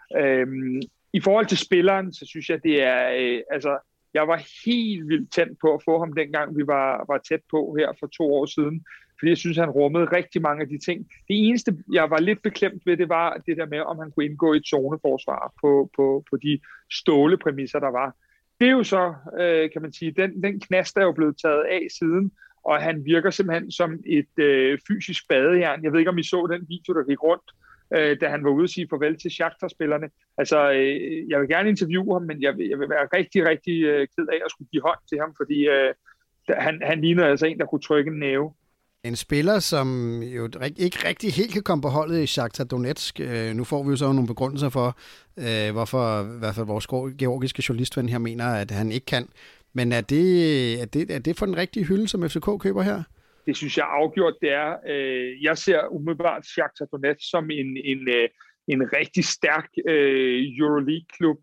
I forhold til spilleren, så synes jeg, det er... Jeg var helt vildt tændt på at få ham dengang, vi var tæt på her for 2 år siden, fordi jeg synes, han rummede rigtig mange af de ting. Det eneste, jeg var lidt beklemt ved, det var det der med, om han kunne indgå i et zoneforsvar på de stålepræmisser, der var. Det er jo så, kan man sige, den knast er jo blevet taget af siden, og han virker simpelthen som et fysisk badejern. Jeg ved ikke, om I så den video, der gik rundt, da han var ude at sige farvel til Shakhtar-spillerne. Altså, jeg vil gerne interviewe ham, men jeg vil være rigtig, rigtig ked af at skulle give hånd til ham, fordi han ligner altså en, der kunne trykke en næve. En spiller, som jo ikke rigtig helt kan komme på holdet i Shakhtar Donetsk. Nu får vi jo så nogle begrundelser for, hvorfor i hvert fald vores georgiske journalistven her mener, at han ikke kan. Men er det for den rigtige hylde, som FCK køber her? Det synes jeg afgjort, det er. Jeg ser umiddelbart Shakhtar Donetsk som en rigtig stærk Euroleague-klub.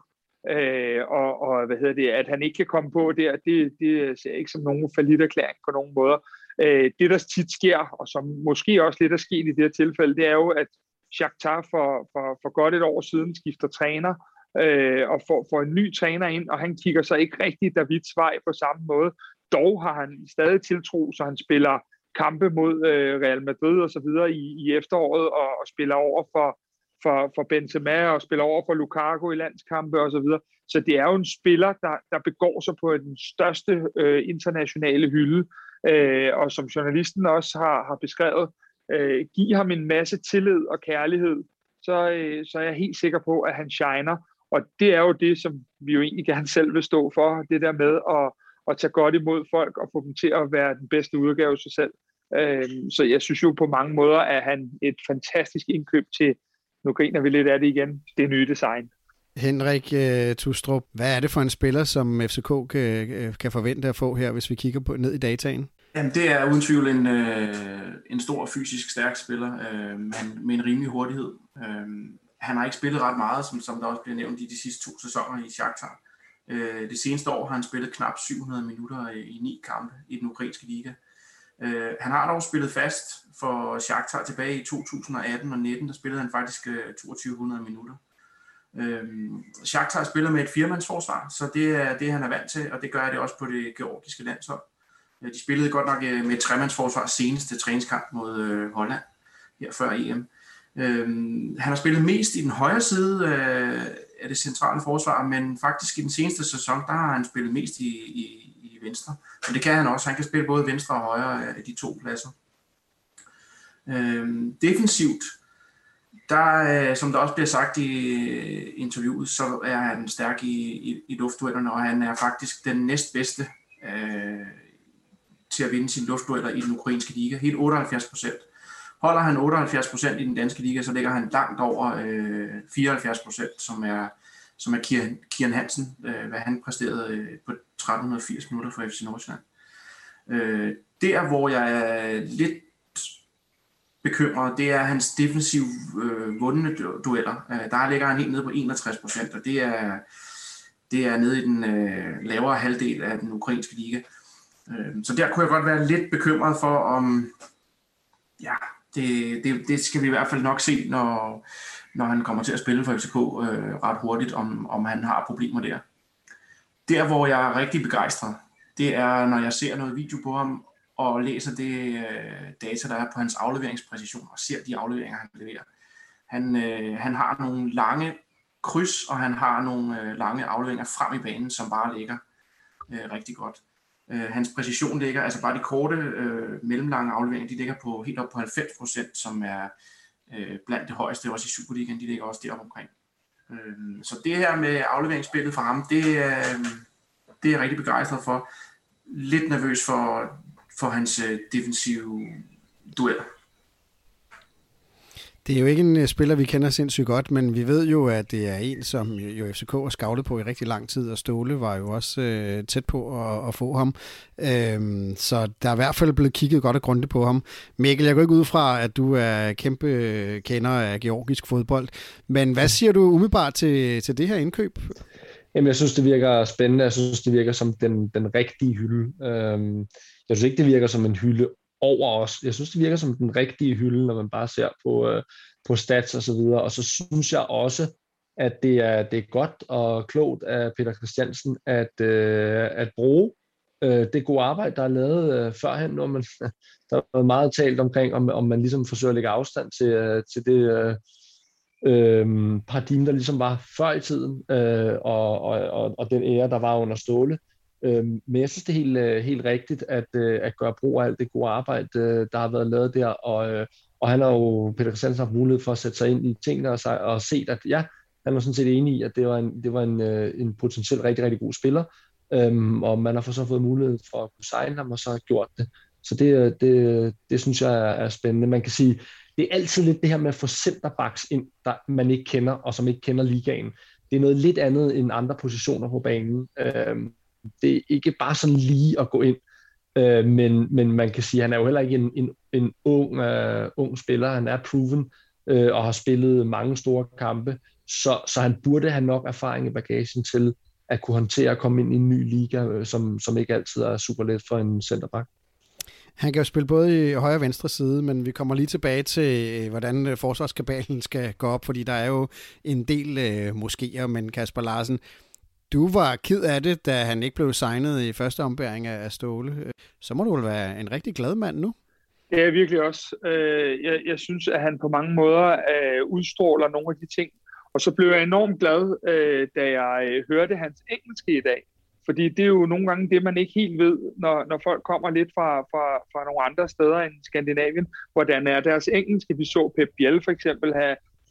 Og at han ikke kan komme på der, det ser jeg ikke som nogen falliterklæring på nogen måder. Det, der tit sker, og som måske også lidt er sket i det her tilfælde, det er jo, at Shakhtar for godt et år siden skifter træner, og får en ny træner ind, og han kigger så ikke rigtig Davids vej på samme måde. Dog har han stadig tiltro, så han spiller kampe mod Real Madrid og så videre i efteråret, og spiller over for Benzema, og spiller over for Lukaku i landskampe og så videre. Så det er jo en spiller, der begår sig på den største internationale hylde, og som journalisten også har beskrevet, give ham en masse tillid og kærlighed, så er jeg helt sikker på, at han shiner. Og det er jo det, som vi jo egentlig gerne selv vil stå for, det der med at tage godt imod folk og få dem til at være den bedste udgave af sig selv. Så jeg synes jo på mange måder, at han et fantastisk indkøb til, nu griner vi lidt af det igen, det nye design. Henrik Tustrup, hvad er det for en spiller, som FCK kan forvente at få her, hvis vi kigger ned i dataen? Jamen, det er uden tvivl en stor fysisk stærk spiller, med en rimelig hurtighed. Han har ikke spillet ret meget, som der også bliver nævnt i de sidste 2 sæsoner i Shakhtar. Det seneste år har han spillet knap 700 minutter i 9 kampe i den ukrainske liga. Han har dog spillet fast for Shakhtar tilbage i 2018 og 19, der spillede han faktisk 2200 minutter. Shakhtar spiller med et 4-mandsforsvar, så det er det, han er vant til, og det gør det også på det georgiske landshold. De spillede godt nok med et 3-mandsforsvar seneste træningskamp mod Holland her før EM. Han har spillet mest i den højre side af det centrale forsvar, men faktisk i den seneste sæson, der har han spillet mest i venstre. Men det kan han også. Han kan spille både venstre og højre af de 2 pladser. Defensivt, der, som der også bliver sagt i interviewet, så er han stærk i luftduellerne, og han er faktisk den næstbedste til at vinde sine luftdueller i den ukrainske liga. Helt 78%. Holder han 78% i den danske liga, så ligger han langt over 74%, som er Kian Hansen, hvad han præsterede på 1380 minutter for FC Nordsjælland. Der, hvor jeg er lidt bekymret, det er hans defensive vundne dueller. Der ligger han helt nede på 61%, og det er nede i den lavere halvdel af den ukrainske liga. Så der kunne jeg godt være lidt bekymret for, om det skal vi i hvert fald nok se, når han kommer til at spille for FCK ret hurtigt, om han har problemer der. Der, hvor jeg er rigtig begejstret, det er, når jeg ser noget video på ham, og læser det data, der er på hans afleveringspræcision, og ser de afleveringer, han leverer. Han har nogle lange kryds, og han har nogle lange afleveringer frem i banen, som bare ligger rigtig godt. Hans præcision ligger, altså bare de korte, mellemlange afleveringer, de ligger på helt op på 90%, som er blandt det højeste, også i Superligaen, de ligger også deroppe omkring. Så det her med afleveringsspillet fra ham, det er jeg rigtig begejstret for. Lidt nervøs for hans defensive dueller. Det er jo ikke en spiller, vi kender sindssygt godt, men vi ved jo, at det er en, som jo FCK har scoutet på i rigtig lang tid, og Ståle var jo også tæt på at få ham. Så der er i hvert fald blevet kigget godt og grundigt på ham. Mikkel, jeg går ikke ud fra, at du er kæmpe kender af georgisk fodbold, men hvad siger du umiddelbart til det her indkøb? Jamen, jeg synes, det virker spændende. Jeg synes, det virker som den rigtige hylde. Jeg synes ikke, det virker som en hylde over os. Jeg synes, det virker som den rigtige hylde, når man bare ser på stats og så videre. Og så synes jeg også, at det er godt og klogt af Peter Christiansen at bruge det gode arbejde, der er lavet førhen, når man der er meget talt omkring, om man ligesom forsøger at lægge afstand til det paradigme, der ligesom var før i tiden, og den ære, der var under Ståle. Men jeg synes, det er helt rigtigt at gøre brug af alt det gode arbejde, der har været lavet der, og han har jo, Peter Christiansen, haft mulighed for at sætte sig ind i tingene og set, at ja, han var sådan set enig i, at det var en potentielt rigtig, rigtig god spiller, og man har så fået mulighed for at kunne signe ham, og så har gjort det. Så det synes jeg er spændende. Man kan sige, det er altid lidt det her med at få centerbacks ind, der man ikke kender, og som ikke kender ligaen. Det er noget lidt andet end andre positioner på banen. Det er ikke bare sådan lige at gå ind, men man kan sige, at han er jo heller ikke en ung spiller. Han er proven og har spillet mange store kampe, så han burde have nok erfaring i bagagen til at kunne håndtere at komme ind i en ny liga, som ikke altid er super let for en centerback. Han kan jo spille både i højre og venstre side, men vi kommer lige tilbage til, hvordan forsvarskabalen skal gå op, fordi der er jo en del moskéer, men Kasper Larsen, du var ked af det, da han ikke blev signet i første ombæring af Ståle. Så må du vel være en rigtig glad mand nu? Det er jeg virkelig også. Jeg synes, at han på mange måder udstråler nogle af de ting. Og så blev jeg enormt glad, da jeg hørte hans engelske i dag. Fordi det er jo nogle gange det, man ikke helt ved, når folk kommer lidt fra nogle andre steder end Skandinavien. Hvordan er deres engelske? Vi så Pep Biel for eksempel have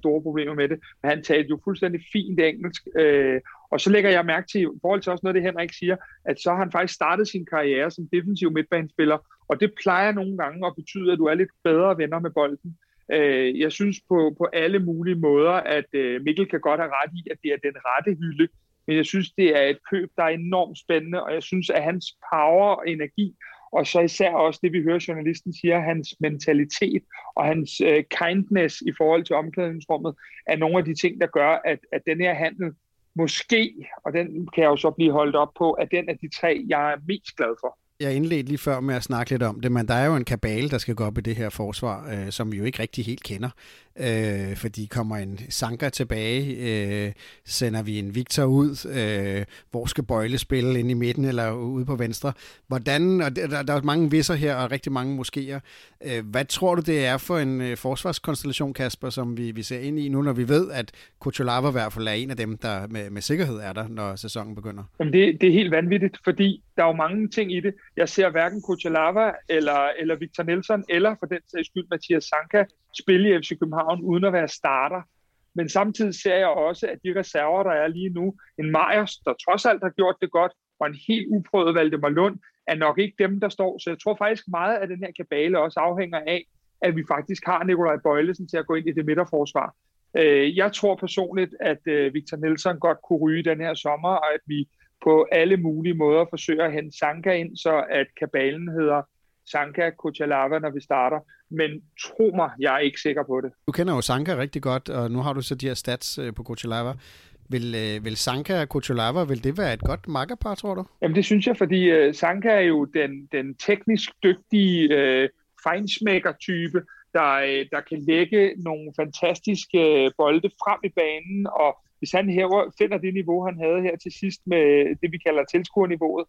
store problemer med det, men han talte jo fuldstændig fint engelsk. Og så lægger jeg mærke til, i forhold til også noget, det Henrik siger, at så har han faktisk startet sin karriere som defensiv midtbanespiller, og det plejer nogle gange at betyde, at du er lidt bedre venner med bolden. Jeg synes på alle mulige måder, at Mikkel kan godt have ret i, at det er den rette hylde, men jeg synes, det er et køb, der er enormt spændende, og jeg synes, at hans power og energi, og så især også det, vi hører journalisten siger, hans mentalitet og hans kindness i forhold til omklædningsrummet, er nogle af de ting, der gør, at den her handel måske, og den kan jeg jo så blive holdt op på, at den af de tre, jeg er mest glad for. Jeg indledte lige før med at snakke lidt om det, men der er jo en kabale, der skal gå op i det her forsvar, som vi jo ikke rigtig helt kender. Fordi kommer en Sanka tilbage, sender vi en Victor ud, hvor skal Bøjle spille inde i midten eller ude på venstre. Hvordan, og der er mange visser her og rigtig mange moskéer. Hvad tror du, det er for en forsvarskonstellation, Kasper, som vi ser ind i nu, når vi ved, at Kuchelava i hvert fald er en af dem, der med sikkerhed er der, når sæsonen begynder? Jamen det er helt vanvittigt, fordi der er jo mange ting i det. Jeg ser hverken Kuchelava eller Victor Nelsson, eller for den sags skyld Mathias Sanka spille i FC København uden at være starter. Men samtidig ser jeg også, at de reserver, der er lige nu, en Meyers, der trods alt har gjort det godt, og en helt uprøvet Valdemar Lund, er nok ikke dem, der står. Så jeg tror faktisk meget af den her kabale også afhænger af, at vi faktisk har Nikolaj Bøjlesen til at gå ind i det midterforsvar. Jeg tror personligt, at Victor Nelsson godt kunne ryge den her sommer, og at vi på alle mulige måder forsøger at hente Sanka ind, så at kabalen hedder Sanka Kuchelava, når vi starter. Men tro mig, jeg er ikke sikker på det. Du kender jo Sanka rigtig godt, og nu har du så de her stats på Kuchelava. Vil Sanka og Kuchelava, vil det være et godt makkerpar, tror du? Jamen det synes jeg, fordi Sanka er jo den teknisk dygtige feinschmecker-type, der kan lægge nogle fantastiske bolde frem i banen, og hvis han finder det niveau, han havde her til sidst med det, vi kalder tilskuerniveauet,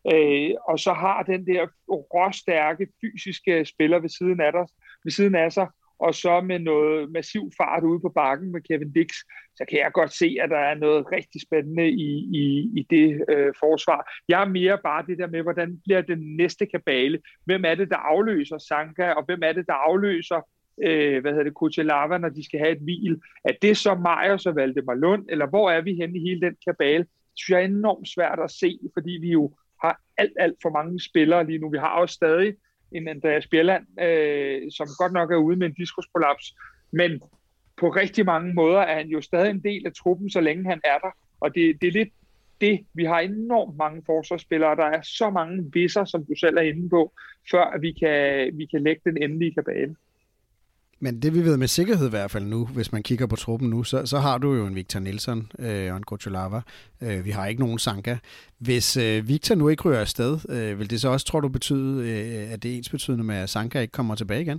og så har den der råstærke fysiske spiller ved siden af sig, og så med noget massiv fart ude på bakken med Kevin Dix, så kan jeg godt se, at der er noget rigtig spændende i det forsvar. Jeg er mere bare det der med, hvordan bliver den næste kabale? Hvem er det, der afløser Sanka, og hvem er det, der afløser Kuchelava, når de skal have et hvil? Er det så Meyers og Valdemar Lund, eller hvor er vi henne i hele den kabale? Det synes jeg er enormt svært at se, fordi vi jo har alt for mange spillere lige nu. Vi har også stadig en Andreas Bjelland, som godt nok er ude med en diskusprolaps, men på rigtig mange måder er han jo stadig en del af truppen, så længe han er der. Og det er lidt det. Vi har enormt mange forsvarsspillere, der er så mange visser, som du selv er inde på, før vi kan lægge den endelige kabale. Men det vi ved med sikkerhed i hvert fald nu, hvis man kigger på truppen nu, så har du jo en Victor Nelsson og en Kuchelava. Vi har ikke nogen Sanka. Hvis Victor nu ikke ryger afsted, vil det så også, tror du, betyde, at det er ensbetydende med, at Sanka ikke kommer tilbage igen?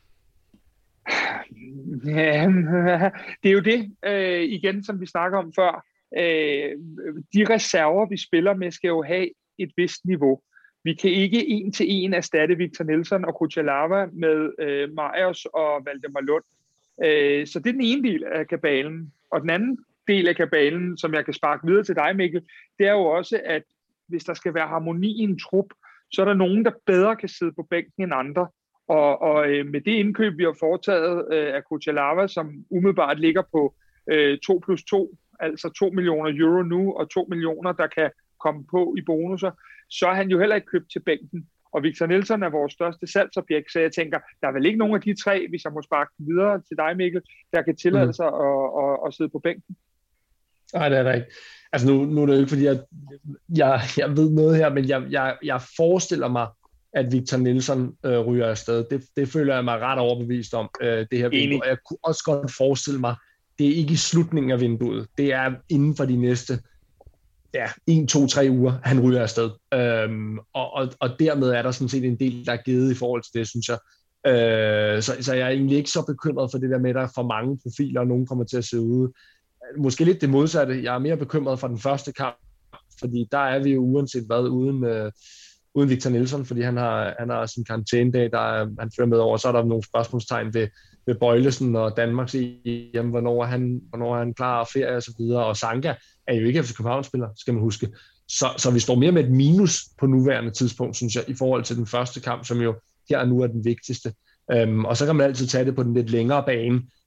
Ja, det er jo det, igen, som vi snakker om før. De reserver, vi spiller med, skal jo have et vist niveau. Vi kan ikke en til en erstatte Victor Nelsson og Kuchelava med Meyers og Valdemar Lund. Så det er den ene del af kabalen. Og den anden del af kabalen, som jeg kan sparke videre til dig, Mikkel, det er jo også, at hvis der skal være harmoni i en trup, så er der nogen, der bedre kan sidde på bænken end andre. Og med det indkøb, vi har foretaget af Kuchelava, som umiddelbart ligger på 2+2, altså 2 millioner euro nu, og 2 millioner, der kan komme på i bonusser, så er han jo heller ikke købt til bænken. Og Victor Nelsson er vores største salgsobjekt, så jeg tænker, der er vel ikke nogen af de tre, hvis jeg må sparke videre til dig, Mikkel, der kan tillade sig at sidde på bænken. Nej, det er der ikke. Altså nu er det jo ikke, fordi jeg ved noget her, men jeg forestiller mig, at Victor Nelsson ryger afsted. Det føler jeg mig ret overbevist om, det her vindue. Og jeg kunne også godt forestille mig, det er ikke i slutningen af vinduet. Det er inden for de næste 1, 2, 3 uger, han ryger afsted. Og dermed er der sådan set en del, der er givet i forhold til det, synes jeg. Så jeg er egentlig ikke så bekymret for det der med, at der er for mange profiler, og nogen kommer til at se ude. Måske lidt det modsatte. Jeg er mere bekymret for den første kamp, fordi der er vi jo uanset hvad uden Victor Nelsson, fordi han har sin karantænedag, han fører med over. Så er der nogle spørgsmålstegn ved Bøjlesen og Danmarks EM, hvornår er han klar og ferie og så videre. Og Sanka er jo ikke FC København-spiller, skal man huske. Så vi står mere med et minus på nuværende tidspunkt, synes jeg, i forhold til den første kamp, som jo her og nu er den vigtigste. Og så kan man altid tage det på den lidt længere bane.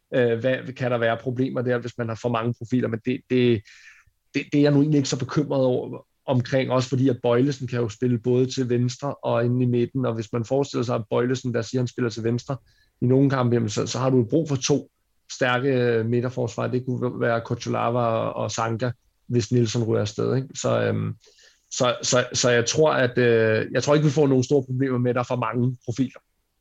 Hvad kan der være problemer der, hvis man har for mange profiler, men det er jeg nu egentlig ikke så bekymret over omkring, også fordi at Bøjlesen kan jo spille både til venstre og inde i midten, og hvis man forestiller sig, at Bøjlesen, der siger, han spiller til venstre i nogle kampe, så har du brug for 2 stærke midterforsvar. Det kunne være Kocholava og Sanka, hvis Nielsen ryger afsted. Ikke? Så jeg tror, at jeg tror ikke, vi får nogle store problemer med, at der er for mange profiler.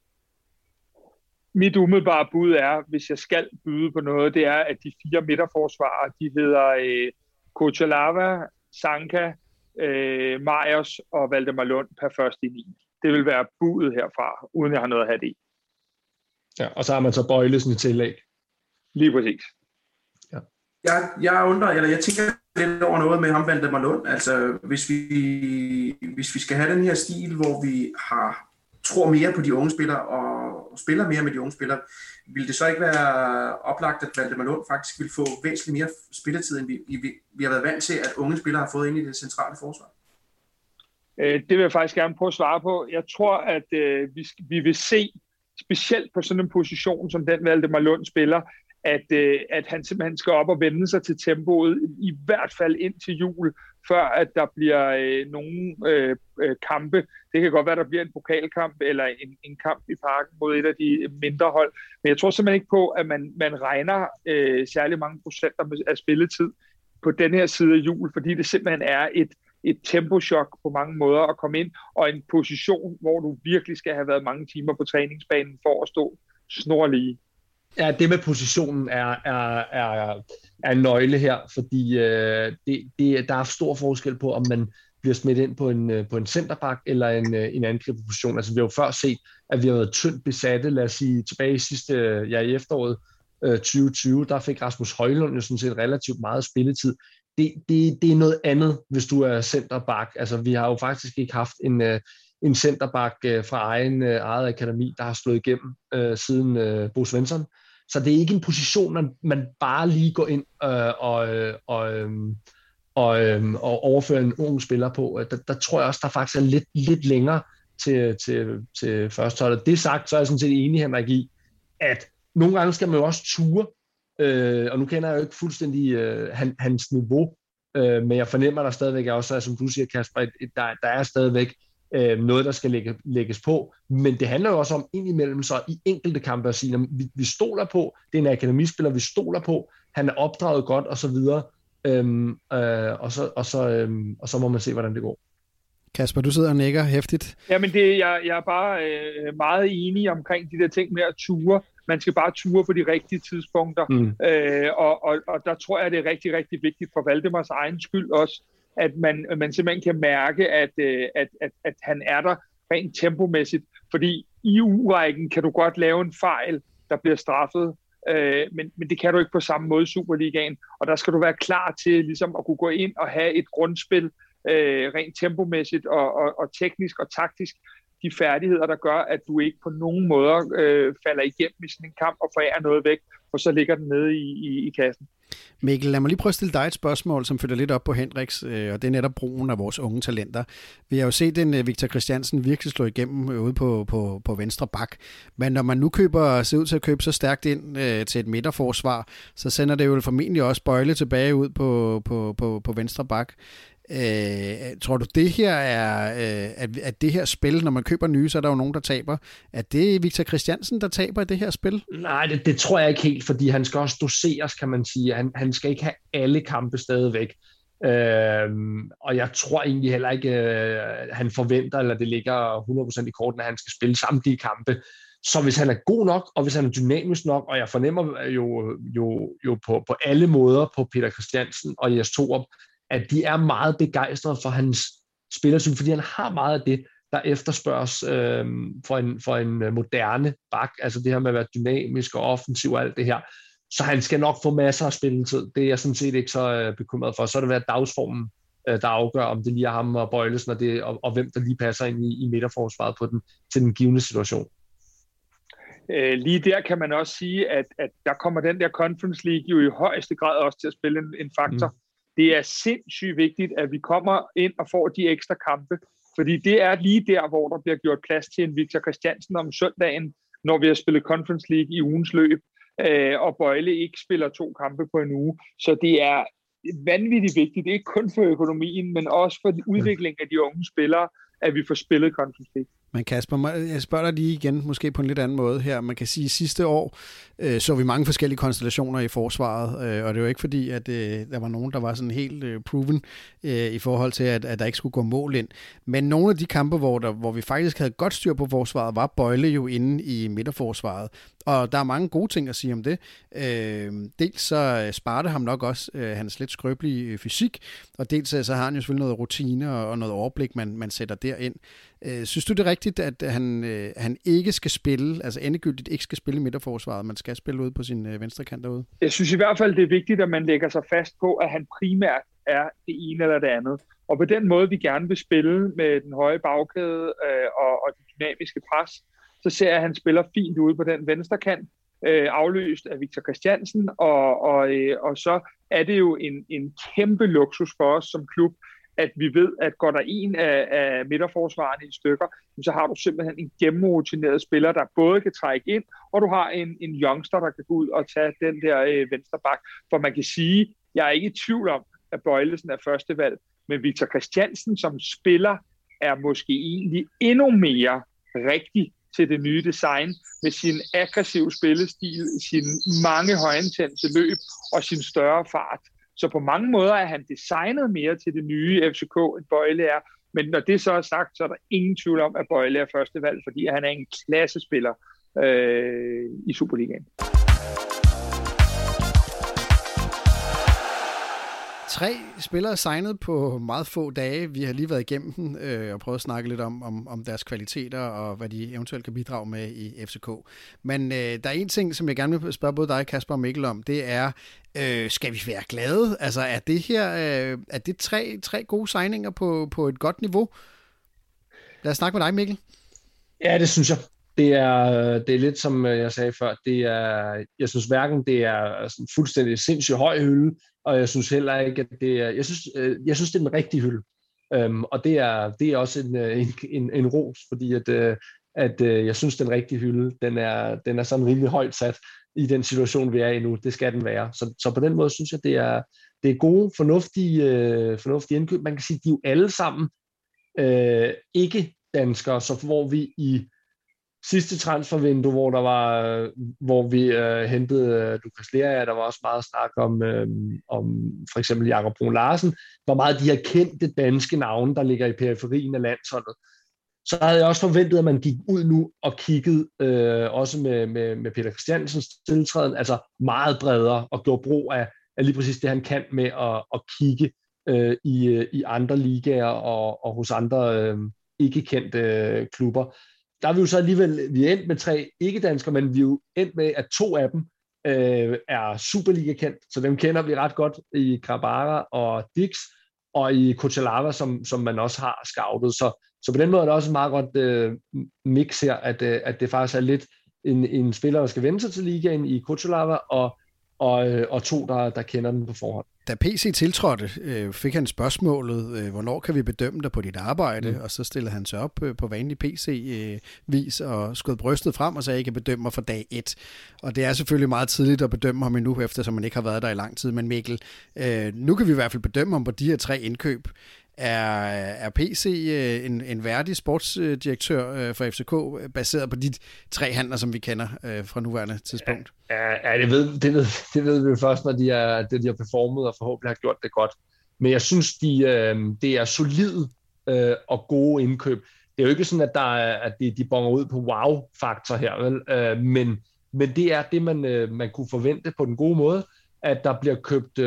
Mit umiddelbare bud er, hvis jeg skal byde på noget, det er, at de 4 midterforsvarer, de hedder Kocholava, Sanka, Majers og Valdemar Lund per 1.9. Det vil være budet herfra, uden jeg har noget at have det i. Ja, og så har man så Bøjlesen i tillæg. Lige præcis. Ja. Jeg tænker lidt over noget med ham, Valdemar Lund. Altså, hvis vi skal have den her stil, hvor vi tror mere på de unge spillere og spiller mere med de unge spillere, vil det så ikke være oplagt, at Valdemar Lund faktisk vil få væsentligt mere spilletid, end vi har været vant til, at unge spillere har fået ind i det centrale forsvar? Det vil jeg faktisk gerne prøve at svare på. Jeg tror, at vi vil se, specielt på sådan en position, som den Valdemar Lund spiller, at han simpelthen skal op og vende sig til tempoet, i hvert fald ind til jul, før at der bliver nogle kampe. Det kan godt være, at der bliver en pokalkamp eller en kamp i parken mod et af de mindre hold. Men jeg tror simpelthen ikke på, at man regner særlig mange procenter af spilletid på den her side af jul, fordi det simpelthen er et tempochok på mange måder at komme ind, og en position, hvor du virkelig skal have været mange timer på træningsbanen for at stå snorlige. Ja, det med positionen er en nøgle her, fordi der er stor forskel på, om man bliver smidt ind på en centerback eller en angriberposition. Altså vi har jo før set, at vi har været tyndt besatte, lad os sige, tilbage i efteråret 2020, der fik Rasmus Højlund jo sådan set relativt meget spilletid. Det er noget andet, hvis du er centerback. Altså vi har jo faktisk ikke haft en centerback fra eget akademi, der har slået igennem siden Bo Svensson. Så det er ikke en position, man bare lige går ind og overfører en ung spiller på. Der tror jeg også, der faktisk er lidt længere til førsteholdet. Det sagt, så er jeg sådan set enig, Henrik, i, at nogle gange skal man jo også ture, og nu kender jeg jo ikke fuldstændig hans niveau, men jeg fornemmer, der stadigvæk er også, som du siger, Kasper, der er stadigvæk noget, der skal lægges på, men det handler jo også om indimellem så i enkelte kampe at sige, at vi stoler på, det er en akademispiller, vi stoler på, han er opdraget godt og så videre, og så må man se, hvordan det går. Kasper, du sidder og nikker hæftigt. Jamen, jeg er bare meget enig omkring de der ting med at ture. Man skal bare ture på de rigtige tidspunkter, og der tror jeg, det er rigtig, rigtig vigtigt for Valdemars egen skyld også, at man simpelthen kan mærke, at han er der rent tempomæssigt. Fordi i U-rækken kan du godt lave en fejl, der bliver straffet, men det kan du ikke på samme måde i Superligaen. Og der skal du være klar til ligesom at kunne gå ind og have et grundspil, rent tempomæssigt og teknisk og taktisk. De færdigheder, der gør, at du ikke på nogen måder falder igennem i sådan en kamp og forærer noget væk, for så ligger den nede i kassen. Mikkel, lad mig lige prøve at stille dig et spørgsmål, som følger lidt op på Henriks, og det er netop brugen af vores unge talenter. Vi har jo set en Victor Christiansen virkelig slå igennem ude på venstre bak, men når man nu ser ud til at købe så stærkt ind til et midterforsvar, så sender det jo formentlig også Bøjle tilbage ud på venstre bak. Tror du det her er at det her spil, når man køber nye, så er der jo nogen, der taber? Er det Victor Christiansen, der taber i det her spil? Nej, det tror jeg ikke helt, fordi han skal også doseres, kan man sige. Han skal ikke have alle kampe stadigvæk. Og jeg tror egentlig heller ikke, han forventer, eller det ligger 100% i korten, at han skal spille samtlige kampe. Så hvis han er god nok, og hvis han er dynamisk nok, og jeg fornemmer jo på alle måder på Peter Christiansen og Jes Torup, at de er meget begejstrede for hans spillersyn, fordi han har meget af det, der efterspørges for en moderne bak, altså det her med at være dynamisk og offensiv og alt det her. Så han skal nok få masser af spilletid. Det er jeg sådan set ikke så bekymret for. Så er det været dagsformen, der afgør, om det lige er ham og Bøjlesen, og hvem der lige passer ind i midterforsvaret til den givne situation. Lige der kan man også sige, at der kommer den der Conference League jo i højeste grad også til at spille en faktor. Det er sindssygt vigtigt, at vi kommer ind og får de ekstra kampe, fordi det er lige der, hvor der bliver gjort plads til en Victor Christiansen om søndagen, når vi har spillet Conference League i ugens løb. og Bøjle ikke spiller 2 kampe på en uge. Så det er vanvittigt vigtigt, ikke kun for økonomien, men også for udviklingen af de unge spillere, at vi får spillet Conference League. Men Kasper, jeg spørger dig lige igen, måske på en lidt anden måde her. Man kan sige, at sidste år så vi mange forskellige konstellationer i forsvaret, og det var ikke fordi, at der var nogen, der var sådan helt proven i forhold til, at der ikke skulle gå mål ind. Men nogle af de kampe, hvor vi faktisk havde godt styr på forsvaret, var Bøjle jo inde i midterforsvaret. Og der er mange gode ting at sige om det. Dels så sparte ham nok også hans lidt skrøbelige fysik, og dels så har han jo selvfølgelig noget rutine og noget overblik, man sætter derind. Synes du det er rigtigt, at han ikke skal spille, altså endegyldigt ikke skal spille i midterforsvaret, man skal spille ude på sin venstre kant derude? Jeg synes i hvert fald, det er vigtigt, at man lægger sig fast på, at han primært er det ene eller det andet. Og på den måde, vi gerne vil spille med den høje bagkæde og det dynamiske pres, så ser jeg, at han spiller fint ude på den venstre kant, afløst af Victor Christiansen, og så er det jo en kæmpe luksus for os som klub, at vi ved, at går der en af midterforsvarerne i stykker, så har du simpelthen en gennemrutineret spiller, der både kan trække ind, og du har en youngster, der kan gå ud og tage den der venstre bak. For man kan sige, jeg er ikke i tvivl om, at Bøjlesen er førstevalg, men Victor Christiansen som spiller er måske egentlig endnu mere rigtig til det nye design, med sin aggressive spillestil, sin mange højintense løb og sin større fart. Så på mange måder er han designet mere til det nye FCK, end Bøjle er. Men når det så er sagt, så er der ingen tvivl om, at Bøjle er førstevalg, fordi han er en klassespiller i Superligaen. 3 spillere signet på meget få dage. Vi har lige været igennem den og prøvet at snakke lidt om deres kvaliteter og hvad de eventuelt kan bidrage med i FCK. Men der er en ting, som jeg gerne vil spørge både dig, Kasper og Mikkel om. Det er, skal vi være glade? Altså er det 3 gode signinger på et godt niveau? Lad os snakke med dig, Mikkel. Ja, det synes jeg. Det er lidt som jeg sagde før. Jeg synes hverken det er sådan fuldstændig sindssygt høj hylde, og jeg synes heller ikke, at det er... Jeg synes det er den rigtige hylde. Og det er også en ros, fordi at jeg synes den rigtige hylde, den er sådan rimelig højt sat i den situation, vi er i nu. Det skal den være. Så på den måde synes jeg, det er gode, fornuftige indkøb. Man kan sige, de er jo alle sammen ikke danskere, så hvor vi i sidste transfervindue, hvor vi hentede Lukas Lea, der var også meget snak om for eksempel Jakob Brun Larsen, var meget de her kendte danske navne, der ligger i periferien af landsholdet. Så havde jeg også forventet, at man gik ud nu og kiggede også med Peter Christiansens tiltræden, altså meget bredere, og gjorde brug af lige præcis det, han kan med at kigge i andre ligaer og hos andre ikke kendte klubber. Der er vi jo så alligevel, vi er endt med 3 ikke-danskere, men vi er jo endt med, at 2 af dem er Superliga-kendt, så dem kender vi ret godt i Krabara og Dix, og i Kuchalava, som man også har scoutet. Så på den måde er det også et meget godt mix her, at det faktisk er lidt en spiller, der skal vende sig til ligaen i Kuchalava, og 2, der kender den på forhånd. Da PC tiltrådte, fik han spørgsmålet, hvornår kan vi bedømme dig på dit arbejde? Og så stillede han sig op på vanlig PC-vis og skød brystet frem og sagde, at jeg kan bedømme mig for dag 1. Og det er selvfølgelig meget tidligt at bedømme ham endnu, eftersom man ikke har været der i lang tid. Men Mikkel, nu kan vi i hvert fald bedømme ham på de her 3 indkøb. Er PC en værdig sportsdirektør for FCK, baseret på de 3 handler, som vi kender fra nuværende tidspunkt? Ja, det ved vi først, når de har performet og forhåbentlig har gjort det godt. Men jeg synes, det er solide og gode indkøb. Det er jo ikke sådan, at de bonger ud på wow-faktor her, vel? Men det er det, man kunne forvente på den gode måde, at der bliver købt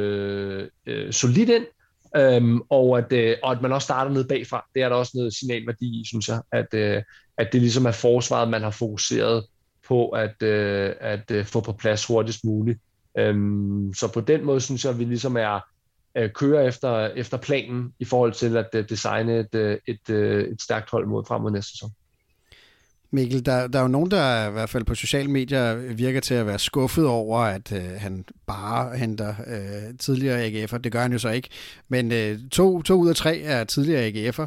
solidt ind, og at man også starter ned bagfra. Det er der også noget signalværdi i, synes jeg, at det ligesom er forsvaret, man har fokuseret på at få på plads hurtigst muligt. Så på den måde synes jeg, at vi ligesom kører efter planen i forhold til at designe et stærkt hold frem mod næste sæson. Mikkel, der er jo nogen, der i hvert fald på sociale medier virker til at være skuffet over, at han bare henter tidligere AGF'er. Det gør han jo så ikke. Men 2 ud af 3 er tidligere AGF'er.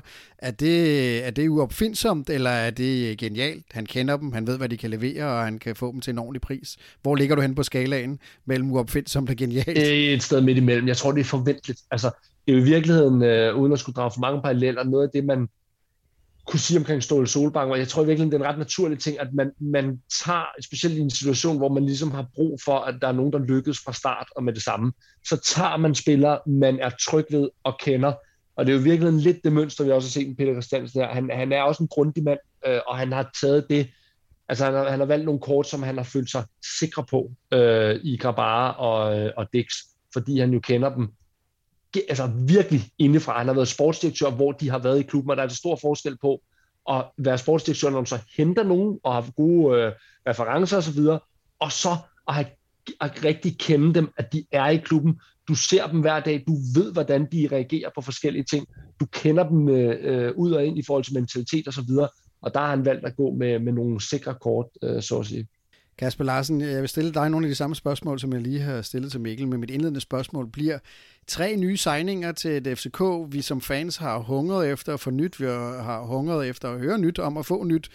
Er det uopfindsomt, eller er det genialt? Han kender dem, han ved, hvad de kan levere, og han kan få dem til en ordentlig pris. Hvor ligger du hen på skalaen mellem uopfindsomt og genialt? Et sted midt imellem. Jeg tror, det er forventeligt. Altså, det er jo i virkeligheden, uden at skulle drage for mange paralleller, noget af det, man kunne sige omkring Ståle Solbakken, og jeg tror i virkeligheden, det er en ret naturlig ting, at man tager, specielt i en situation, hvor man ligesom har brug for, at der er nogen, der lykkes fra start og med det samme, så tager man spillere, man er tryg ved og kender, og det er jo i virkeligheden lidt det mønster, vi også har set med Peter Christiansen her. Han er også en grundig mand, og han har taget det, altså han har valgt nogle kort, som han har følt sig sikre på i Grabara og Dix, fordi han jo kender dem altså virkelig indefra. Han har været sportsdirektør, hvor de har været i klubben, og der er en stor forskel på at være sportsdirektør, når man så henter nogen og har gode referencer osv., og så at rigtig kende dem, at de er i klubben. Du ser dem hver dag, du ved, hvordan de reagerer på forskellige ting. Du kender dem ud og ind i forhold til mentalitet osv., og der har han valgt at gå med nogle sikre kort, så at sige. Kasper Larsen, jeg vil stille dig nogle af de samme spørgsmål, som jeg lige har stillet til Mikkel, men mit indledende spørgsmål bliver 3 nye signinger til et FCK, vi som fans har hungret efter at få nyt, vi har hungret efter at høre nyt, om at få nyt.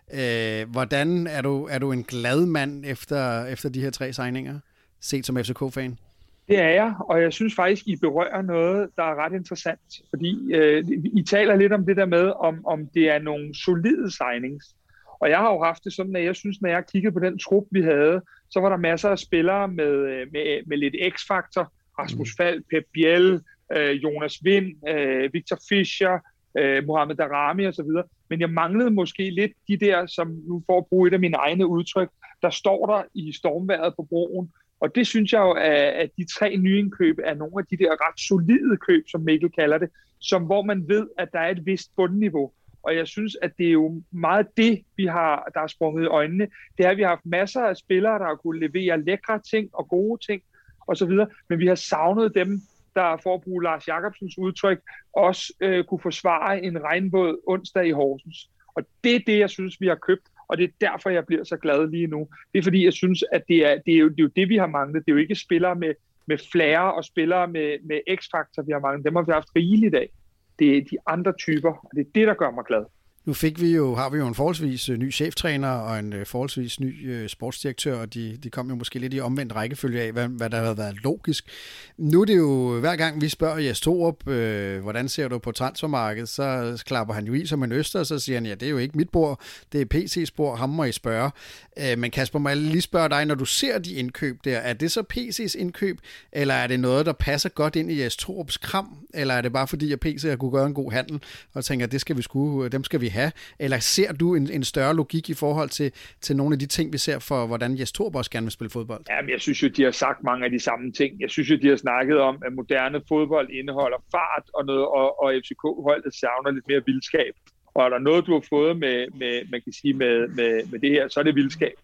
Hvordan er du en glad mand efter de her 3 signinger, set som FCK-fan? Det er jeg, og jeg synes faktisk, I berører noget, der er ret interessant, fordi I taler lidt om det der med, om det er nogle solide signings. Og jeg har jo haft det sådan, at jeg synes, når jeg kiggede på den trup, vi havde, så var der masser af spillere med lidt x-faktor. Rasmus Falk, Pep Biel, Jonas Vind, Victor Fischer, Mohamed Darami osv. Men jeg manglede måske lidt de der, som nu får at bruge et af mine egne udtryk, der står der i stormværet på broen. Og det synes jeg jo, at de 3 nyindkøb er nogle af de der ret solide køb, som Mikkel kalder det, hvor man ved, at der er et vist bundniveau. Og jeg synes, at det er jo meget det, der er sprunget i øjnene. Det er, at vi har haft masser af spillere, der har kunne levere lækre ting og gode ting osv. Men vi har savnet dem, der for at bruge Lars Jacobsens udtryk, også kunne forsvare en regnvåd onsdag i Horsens. Og det er det, jeg synes, vi har købt. Og det er derfor, jeg bliver så glad lige nu. Det er fordi, jeg synes, at det er jo det, vi har manglet. Det er jo ikke spillere med flair og spillere med x-faktor, vi har manglet. Dem har vi haft rigeligt af. Det er de andre typer, og det er det, der gør mig glad. Nu har vi jo en forholdsvis ny cheftræner og en forholdsvis ny sportsdirektør, og de kom jo måske lidt i omvendt rækkefølge af, hvad der har været logisk. Nu er det jo, hver gang vi spørger Jes Torup, hvordan ser du på transfermarkedet, så klapper han jo i som en øster, og så siger han, ja, det er jo ikke mit bord, det er PC's bord, ham må I spørge. Men Kasper, må jeg lige spørge dig, når du ser de indkøb der, er det så PC's indkøb, eller er det noget, der passer godt ind i Jes Torups kram, eller er det bare fordi, at PC har kunne gøre en god handel, og tænker, dem skal vi have, eller ser du en større logik i forhold til nogle af de ting, vi ser for, hvordan Jes Torup også gerne vil spille fodbold? Jamen, jeg synes jo, de har sagt mange af de samme ting. Jeg synes jo, de har snakket om, at moderne fodbold indeholder fart og FCK-holdet savner lidt mere vildskab. Og er der noget, du har fået man kan sige, med det her, så er det vildskab.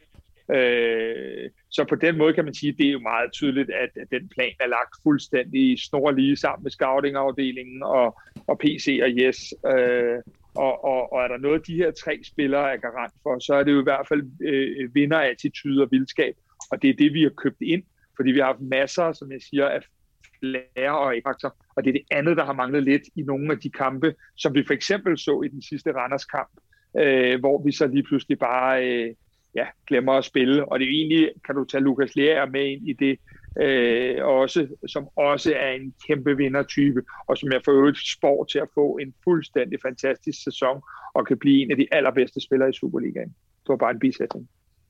Så på den måde kan man sige, at det er jo meget tydeligt, at den plan er lagt fuldstændig snorlige sammen med scouting-afdelingen og PC og Jes. Og er der noget, de her 3 spillere er garant for, så er det jo i hvert fald vinderattitude og vildskab. Og det er det, vi har købt ind, fordi vi har haft masser, som jeg siger, af flair og x-faktor. Og det er det andet, der har manglet lidt i nogle af de kampe, som vi for eksempel så i den sidste Randers-kamp, hvor vi så lige pludselig bare glemmer at spille. Og det er jo egentlig, kan du tage Lukas Lea med ind i det, som også er en kæmpe vindertype, og som jeg for øvrigt spår til at få en fuldstændig fantastisk sæson, og kan blive en af de allerbedste spillere i Superligaen. Det var bare en bisætning.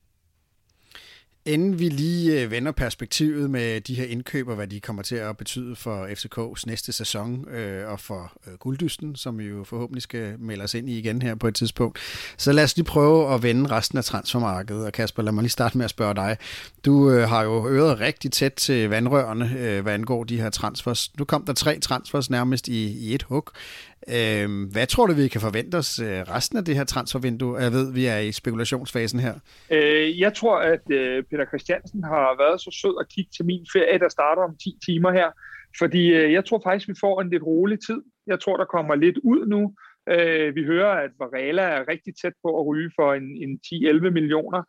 Inden vi lige vender perspektivet med de her indkøber, hvad de kommer til at betyde for FCK's næste sæson og for gulddysten, som vi jo forhåbentlig skal melde os ind i igen her på et tidspunkt. Så lad os lige prøve at vende resten af transfermarkedet. Og Kasper, lad mig lige starte med at spørge dig. Du har jo øret rigtig tæt til vandrørene, hvad angår de her transfers. Nu kom der 3 transfers nærmest i et hug. Hvad tror du, vi kan forvente os resten af det her transfervindue? Jeg ved, vi er i spekulationsfasen her. Jeg tror, at Peter Christiansen har været så sød at kigge til min ferie, der starter om 10 timer her. Fordi jeg tror faktisk, vi får en lidt rolig tid. Jeg tror, der kommer lidt ud nu. Vi hører, at Varela er rigtig tæt på at ryge for en 10-11 millioner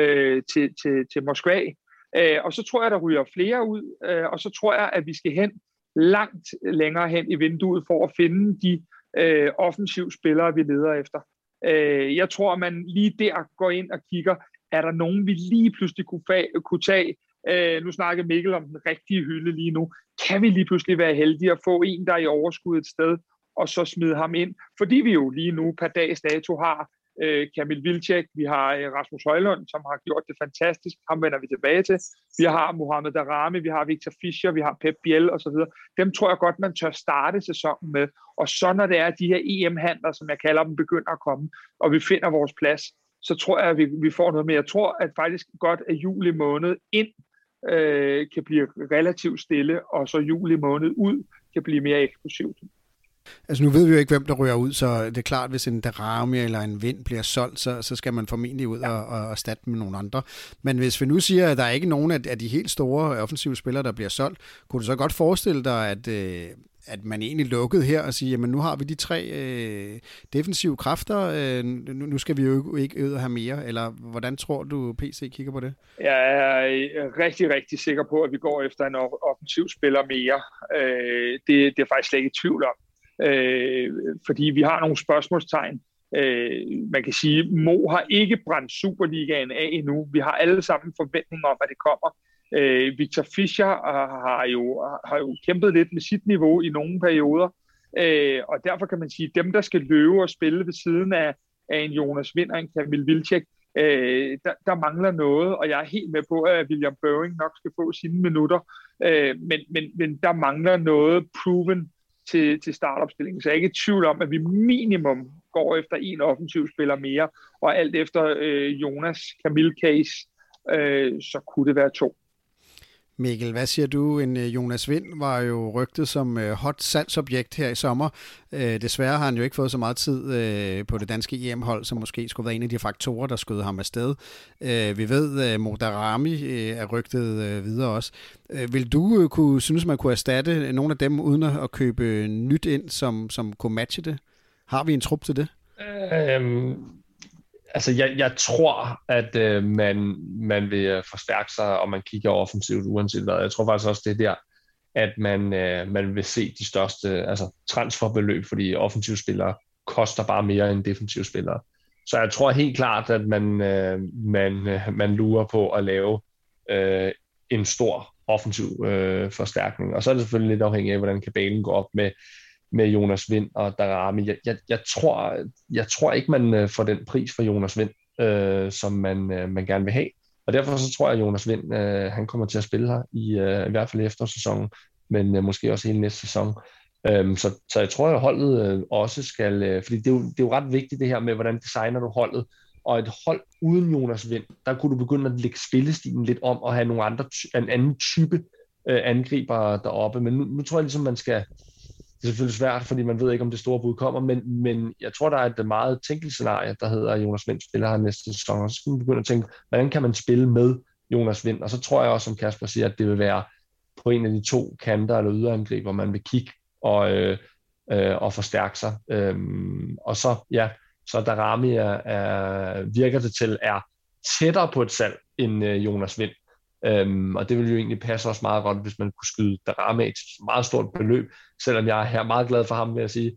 til Moskva. Og så tror jeg, der ryger flere ud, og så tror jeg, at vi skal hen langt længere hen i vinduet for at finde de offensive spillere, vi leder efter. Jeg tror, at man lige der går ind og kigger, er der nogen, vi lige pludselig kunne tage. Nu snakker Mikkel om den rigtige hylde lige nu. Kan vi lige pludselig være heldige at få en, der er i overskud et sted, og så smide ham ind? Fordi vi jo lige nu per dags dato har Kamil Vilcek, vi har Rasmus Højlund, som har gjort det fantastisk. Ham vender vi tilbage til. Vi har Mohamed Daramy, vi har Victor Fischer, vi har Pep Biel osv. Dem tror jeg godt, man tør starte sæsonen med. Og så når det er de her EM-handler, som jeg kalder dem, begynder at komme, og vi finder vores plads, så tror jeg, at vi får noget mere. Jeg tror at faktisk godt, at juli måned ind kan blive relativt stille, og så juli måned ud kan blive mere eksplosivt. Altså nu ved vi jo ikke, hvem der ryger ud, så det er klart, hvis en Daramy eller en Vind bliver solgt, så skal man formentlig ud og erstatte med nogle andre. Men hvis vi nu siger, at der er ikke nogen af de helt store offensive spillere, der bliver solgt, kunne du så godt forestille dig, at man egentlig lukkede her og sige, jamen nu har vi de 3 defensive kræfter, nu skal vi jo ikke ud og have mere, eller hvordan tror du, PC kigger på det? Jeg er rigtig, rigtig sikker på, at vi går efter en offensiv spiller mere. Det er faktisk slet ikke i tvivl om. Fordi vi har nogle spørgsmålstegn. Man kan sige, Mo har ikke brændt Superligaen af endnu. Vi har alle sammen forventninger om, at det kommer. Victor Fischer har jo kæmpet lidt med sit niveau i nogle perioder, og derfor kan man sige, at dem, der skal løbe og spille ved siden af en Jonas Vind og en Kamil Vilcek, der mangler noget, og jeg er helt med på, at William Boeing nok skal få sine minutter, men der mangler noget proven til startopstillingen, så jeg er ikke i tvivl om, at vi minimum går efter en offensiv spiller mere, og alt efter Jonas Kamil case, så kunne det være 2. Mikkel, hvad siger du? En Jonas Vind var jo rygtet som hot salgsobjekt her i sommer. Desværre har han jo ikke fået så meget tid på det danske EM-hold, som måske skulle være en af de faktorer, der skød ham afsted. Vi ved, at Mo Daramy er rygtet videre også. Vil du synes, man kunne erstatte nogle af dem, uden at købe nyt ind, som kunne matche det? Har vi en trup til det? Altså, jeg tror, at man vil forstærke sig, og man kigger offensivt uanset hvad. Jeg tror faktisk også, det er der, at man vil se de største transferbeløb, fordi offensive spillere koster bare mere end defensive spillere. Så jeg tror helt klart, at man lurer på at lave en stor offensiv forstærkning. Og så er det selvfølgelig lidt afhængigt af, hvordan kabalen går op med Jonas Vind og Daramy. Jeg tror ikke, man får den pris for Jonas Vind, som man gerne vil have. Og derfor så tror jeg, at Jonas Vind, han kommer til at spille her i hvert fald i efterårssæsonen, men måske også hele næste sæson. Så jeg tror, at holdet også skal... Fordi det er jo ret vigtigt det her med, hvordan designer du holdet. Og et hold uden Jonas Vind, der kunne du begynde at lægge spillestilen lidt om og have en anden type angriber deroppe. Men nu tror jeg ligesom, man skal... Det er selvfølgelig svært, fordi man ved ikke, om det store bud kommer, men jeg tror, der er et meget tænkeligt scenarie, der hedder, at Jonas Vind spiller her næste sæson, og så skal man begynde at tænke, hvordan kan man spille med Jonas Vind? Og så tror jeg også, som Kasper siger, at det vil være på en af de 2 kanter eller yderangriber, man vil kigge og forstærke sig. Og så Daramy virker det til, er tættere på et salg end Jonas Vind. Og det ville jo egentlig passe også meget godt, hvis man kunne skyde Daramy et meget stort beløb, selvom jeg er meget glad for ham, vil jeg sige,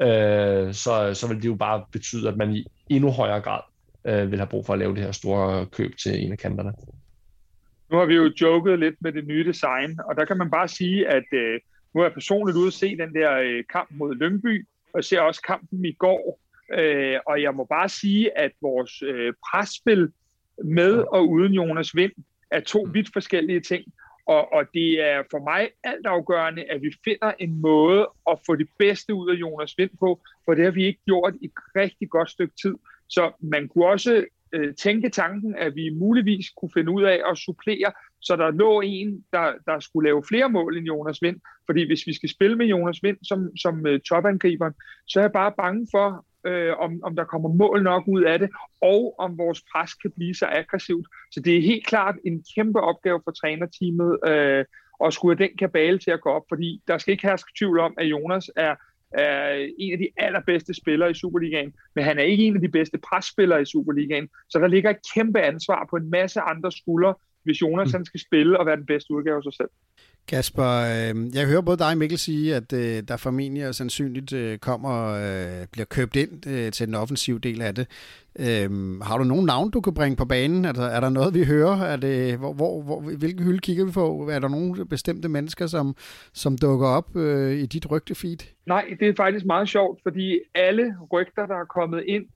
så vil det jo bare betyde, at man i endnu højere grad vil have brug for at lave det her store køb til en af kanterne. Nu har vi jo joket lidt med det nye design, og der kan man bare sige, at nu er jeg personligt ude at se den der kamp mod Lyngby, og jeg ser også kampen i går, og jeg må bare sige, at vores presspil med og uden Jonas Vind er 2 vidt forskellige ting, og det er for mig altafgørende, at vi finder en måde at få det bedste ud af Jonas Vind på, for det har vi ikke gjort i et rigtig godt stykke tid. Så man kunne også tænke tanken, at vi muligvis kunne finde ud af at supplere, så der lå en, der skulle lave flere mål end Jonas Vind, fordi hvis vi skal spille med Jonas Vind som topangriberen, så er jeg bare bange for, om der kommer mål nok ud af det, og om vores pres kan blive så aggressivt. Så det er helt klart en kæmpe opgave for trænerteamet at skulle have den kabale til at gå op, fordi der skal ikke herske tvivl om, at Jonas er en af de allerbedste spillere i Superligaen, men han er ikke en af de bedste presspillere i Superligaen. Så der ligger et kæmpe ansvar på en masse andre skuldre, hvis Jonas han skal spille og være den bedste udgave af sig selv. Kasper, jeg hører både dig og Mikkel sige, at der formentlig og sandsynligt bliver købt ind til den offensive del af det. Har du nogen navn, du kan bringe på banen? Altså, er der noget, vi hører? Er det, hvilken hylde kigger vi på? Er der nogle bestemte mennesker, som dukker op i dit rygtefeed? Nej, det er faktisk meget sjovt, fordi alle rygter, der er kommet ind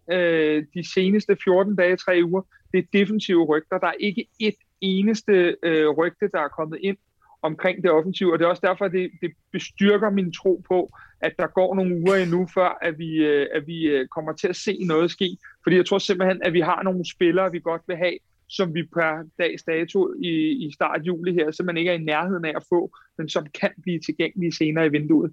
de seneste 14 dage, 3 uger, det er defensive rygter. Der er ikke et eneste rygte, der er kommet ind omkring det offensive, og det er også derfor, at det bestyrker min tro på, at der går nogle uger endnu, før at vi kommer til at se noget ske. Fordi jeg tror simpelthen, at vi har nogle spillere, vi godt vil have, som vi per dags dato i start juli her simpelthen ikke er i nærheden af at få, men som kan blive tilgængelige senere i vinduet.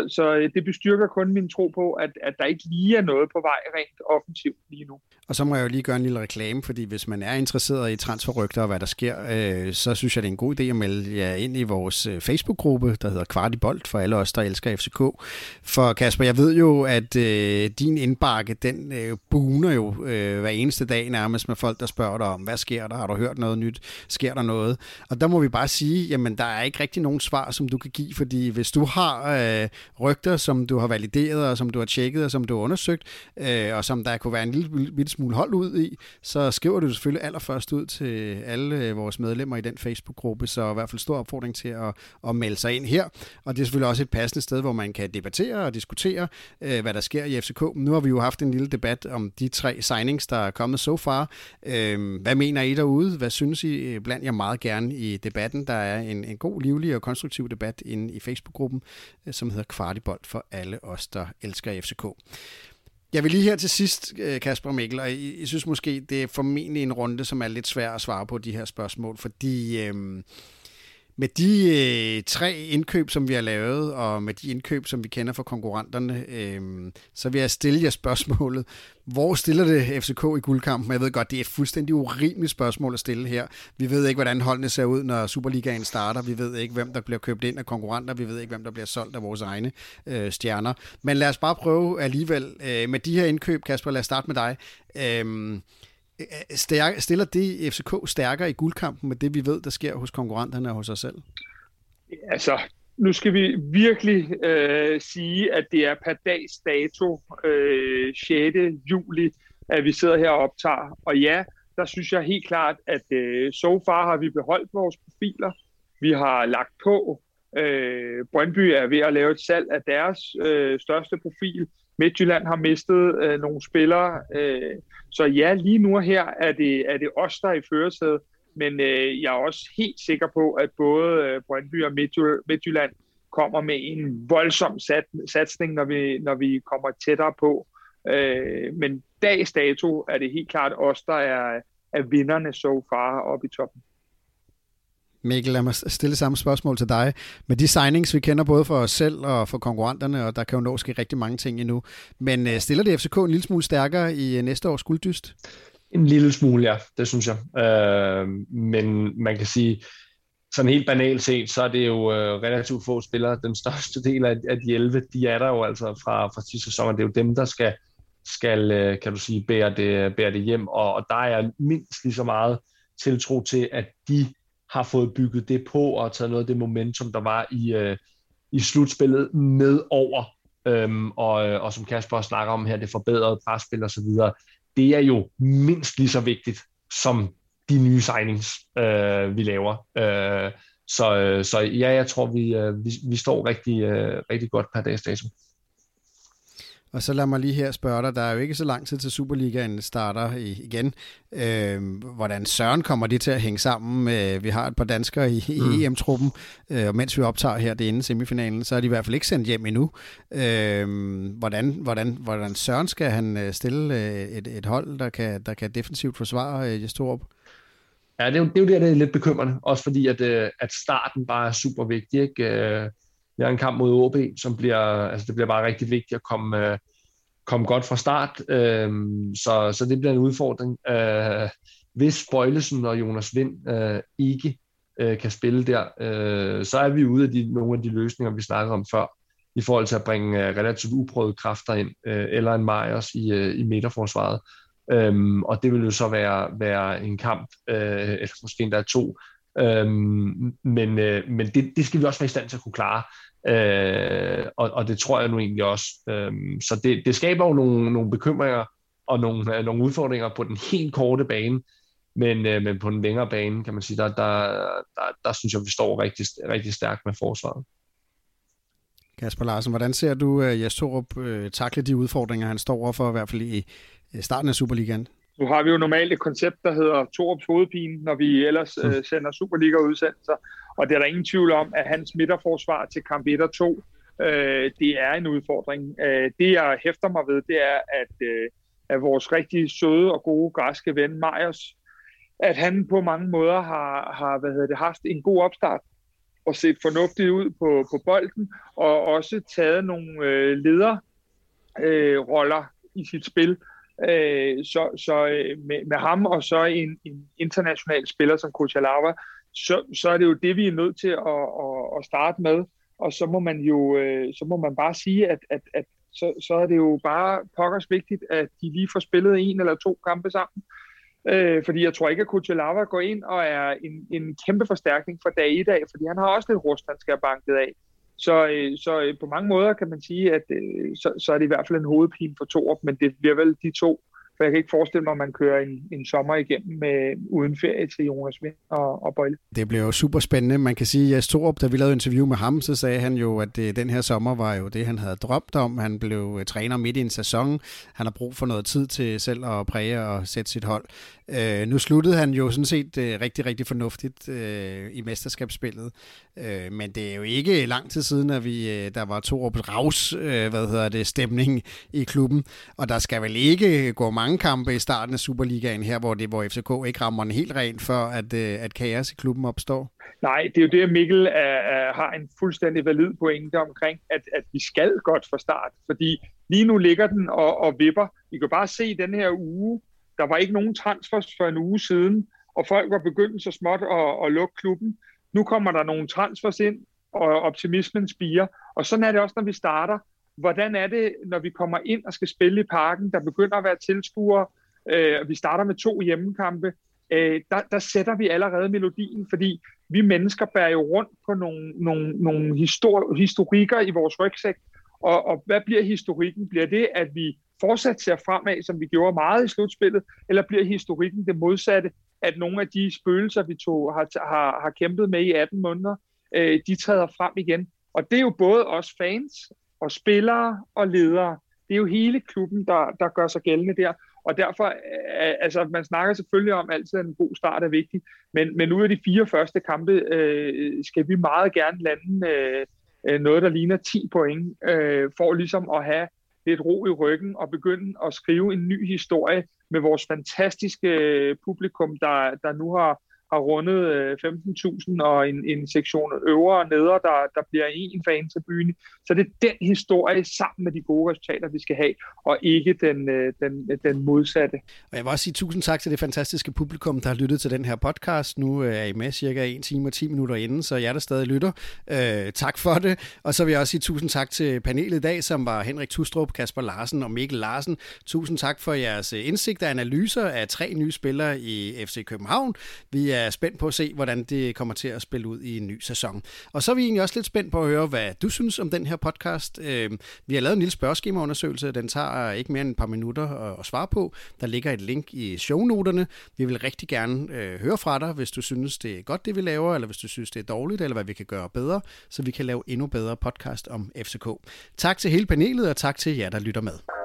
Så det bestyrker kun min tro på, at der ikke lige er noget på vej rent offensivt lige nu. Og så må jeg jo lige gøre en lille reklame, fordi hvis man er interesseret i transferrygter og hvad der sker, så synes jeg, det er en god idé at melde jer ind i vores Facebook-gruppe, der hedder Kvart i Bold, for alle os, der elsker FCK. For Kasper, jeg ved jo, at din indbakke, den booner jo hver eneste dag nærmest med folk, der spørger dig om, hvad sker der? Har du hørt noget nyt? Sker der noget? Og der må vi bare sige, jamen der er ikke rigtig nogen svar, som du kan give, fordi hvis du har rygter, som du har valideret, og som du har tjekket, og som du har undersøgt, og som der kunne være en lille smule hold ud i, så skriver du selvfølgelig allerførst ud til alle vores medlemmer i den Facebook-gruppe, så i hvert fald stor opfordring til at melde sig ind her, og det er selvfølgelig også et passende sted, hvor man kan debattere og diskutere, hvad der sker i FCK. Nu har vi jo haft en lille debat om de 3 signings, der er kommet so far. Hvad mener I derude? Hvad synes I? Bland jer meget gerne i debatten. Der er en god, livlig og konstruktiv debat inde i Facebook-gruppen, som hedder Kvart i Bold for alle os, der elsker FCK. Jeg vil lige her til sidst, Kasper og Mikkel, og jeg synes måske, det er formentlig en runde, som er lidt svær at svare på de her spørgsmål, fordi med de 3 indkøb, som vi har lavet, og med de indkøb, som vi kender fra konkurrenterne, så vil jeg stille jer spørgsmålet. Hvor stiller det FCK i guldkampen? Jeg ved godt, det er et fuldstændig urimeligt spørgsmål at stille her. Vi ved ikke, hvordan holdene ser ud, når Superligaen starter. Vi ved ikke, hvem der bliver købt ind af konkurrenter. Vi ved ikke, hvem der bliver solgt af vores egne stjerner. Men lad os bare prøve alligevel. Med de her indkøb, Kasper, lad os starte med dig. Stiller det FCK stærkere i guldkampen med det, vi ved, der sker hos konkurrenterne og hos os selv? Altså, nu skal vi virkelig sige, at det er per dags dato 6. juli, at vi sidder her og optager. Og ja, der synes jeg helt klart, at so far har vi beholdt vores profiler. Vi har lagt på. Brøndby er ved at lave et salg af deres største profil. Midtjylland har mistet nogle spillere. Så ja, lige nu her er det os, der er i førersædet. Men jeg er også helt sikker på, at både Brøndby og Midtjylland kommer med en voldsom satsning, når vi kommer tættere på. Men dags dato er det helt klart os, der er vinderne so far oppe i toppen. Mikkel, lad mig stille samme spørgsmål til dig. Med de signings, vi kender både for os selv og for konkurrenterne, og der kan jo nå ske rigtig mange ting endnu. Men stiller det FCK en lille smule stærkere i næste års gulddyst? En lille smule, ja. Det synes jeg. Men man kan sige, sådan helt banalt set, så er det jo relativt få spillere. Den største del af de 11, de er der jo altså fra sidste sæson, og det er jo dem, der skal kan du sige, bære det hjem. Og der er mindst lige så meget tiltro til, at de har fået bygget det på og taget noget af det momentum, der var i slutspillet med over. Og som Kasper snakker om her, det forbedrede presspil og så videre. Det er jo mindst lige så vigtigt som de nye signings, vi laver. Så ja, jeg tror, vi står rigtig godt per dags dato. Og så lad mig lige her spørge dig, der er jo ikke så lang tid til Superligaen starter igen. Hvordan søren kommer det til at hænge sammen? Vi har et par danskere i EM-truppen, og mens vi optager her det inden semifinalen, så er de i hvert fald ikke sendt hjem endnu. Hvordan søren skal han stille et hold, der kan defensivt forsvare Jes-Torup? Ja, det er jo det er lidt bekymrende, også fordi at starten bare er super vigtig, ikke? Vi har en kamp mod OB, som det bliver bare rigtig vigtigt at komme godt fra start, så det bliver en udfordring. Hvis Bøjlesen og Jonas Vind ikke kan spille der, så er vi ude af nogle af de løsninger, vi snakkede om før, i forhold til at bringe relativt uprøvede kræfter ind, eller en Meyers i midterforsvaret. Og det vil jo så være en kamp, eller måske endda 2. Men det skal vi også være i stand til at kunne klare. Og det tror jeg nu egentlig også. Så det skaber jo nogle bekymringer og nogle udfordringer på den helt korte bane, men på den længere bane, kan man sige, der synes jeg, vi står rigtig, rigtig stærkt med forsvaret. Kasper Larsen, hvordan ser du Jes Torup takle de udfordringer, han står overfor, i hvert fald i starten af Superligaen? Nu har vi jo normalt et koncept, der hedder Torups hovedpine, når vi ellers sender Superliga-udsendelser, og det er der ingen tvivl om, at hans midterforsvar til kamp 1 og 2, det er en udfordring. Det, jeg hæfter mig ved, det er, at vores rigtig søde og gode græske ven, Meyers, at han på mange måder har haft en god opstart og set fornuftigt ud på bolden, og også taget nogle lederroller i sit spil. Så med ham og så en international spiller som Kuchalava, så er det jo det, vi er nødt til at starte med. Og så må man bare sige, at så er det jo bare pokkers vigtigt, at de lige får spillet 1 eller 2 kampe sammen. Fordi jeg tror ikke, at Kuchalava går ind og er en kæmpe forstærkning fra dag 1 af, fordi han har også lidt rust, han skal have banket af. Så på mange måder kan man sige, at så er det i hvert fald en hovedpine for Torup, men det bliver vel de 2. For jeg kan ikke forestille mig, at man kører en sommer igennem uden ferie til Jonas Vind og Bøjle. Det bliver jo super spændende. Man kan sige, at Jes Torup, da vi lavede interview med ham, så sagde han jo, at den her sommer var jo det, han havde drømt om. Han blev træner midt i en sæson. Han har brug for noget tid til selv at præge og sætte sit hold. Nu sluttede han jo sådan set rigtig, rigtig fornuftigt i mesterskabsspillet. Men det er jo ikke lang tid siden, at der var Torups raus, stemning i klubben. Og der skal vel ikke gå mange kampe i starten af Superligaen her, hvor FCK ikke rammer den helt rent, før at kaos i klubben opstår? Nej, det er jo det, at Mikkel har en fuldstændig valid pointe omkring, at vi skal godt fra start. Fordi lige nu ligger den og vipper. Vi kan bare se den her uge. Der var ikke nogen transfers for en uge siden, og folk var begyndt så småt at lukke klubben. Nu kommer der nogle transfers ind, og optimismen spiger. Og sådan er det også, når vi starter. Hvordan er det, når vi kommer ind og skal spille i Parken, der begynder at være tilskuere, og vi starter med 2 hjemmekampe, der sætter vi allerede melodien, fordi vi mennesker bærer jo rundt på nogle historikker i vores rygsæk, og hvad bliver historikken? Bliver det, at vi fortsat ser fremad, som vi gjorde meget i slutspillet, eller bliver historikken det modsatte, at nogle af de spøgelser, vi har kæmpet med i 18 måneder, de træder frem igen? Og det er jo både os fans, og spillere og ledere. Det er jo hele klubben, der gør sig gældende der. Og derfor, man snakker selvfølgelig om, altid en god start er vigtig, men ud af de 4 første kampe, skal vi meget gerne lande noget, der ligner 10 point, for ligesom at have lidt ro i ryggen og begynde at skrive en ny historie med vores fantastiske publikum, der nu har rundet 15.000 og en sektion øvre og nedre, der bliver en fan til byen. Så det er den historie sammen med de gode resultater, vi skal have, og ikke den modsatte. Og jeg vil også sige tusind tak til det fantastiske publikum, der har lyttet til den her podcast. Nu er I med cirka 1 time og 10 minutter inden, så jeg der stadig lytter. Tak for det. Og så vil jeg også sige tusind tak til panelet i dag, som var Henrik Tustrup, Kasper Larsen og Mikkel Larsen. Tusind tak for jeres indsigt og analyser af 3 nye spillere i FC København. Vi er spændt på at se, hvordan det kommer til at spille ud i en ny sæson. Og så er vi egentlig også lidt spændt på at høre, hvad du synes om den her podcast. Vi har lavet en lille spørgeskemaundersøgelse. Den tager ikke mere end et par minutter at svare på. Der ligger et link i shownoterne. Vi vil rigtig gerne høre fra dig, hvis du synes, det er godt, det vi laver, eller hvis du synes, det er dårligt, eller hvad vi kan gøre bedre, så vi kan lave endnu bedre podcast om FCK. Tak til hele panelet, og tak til jer, der lytter med.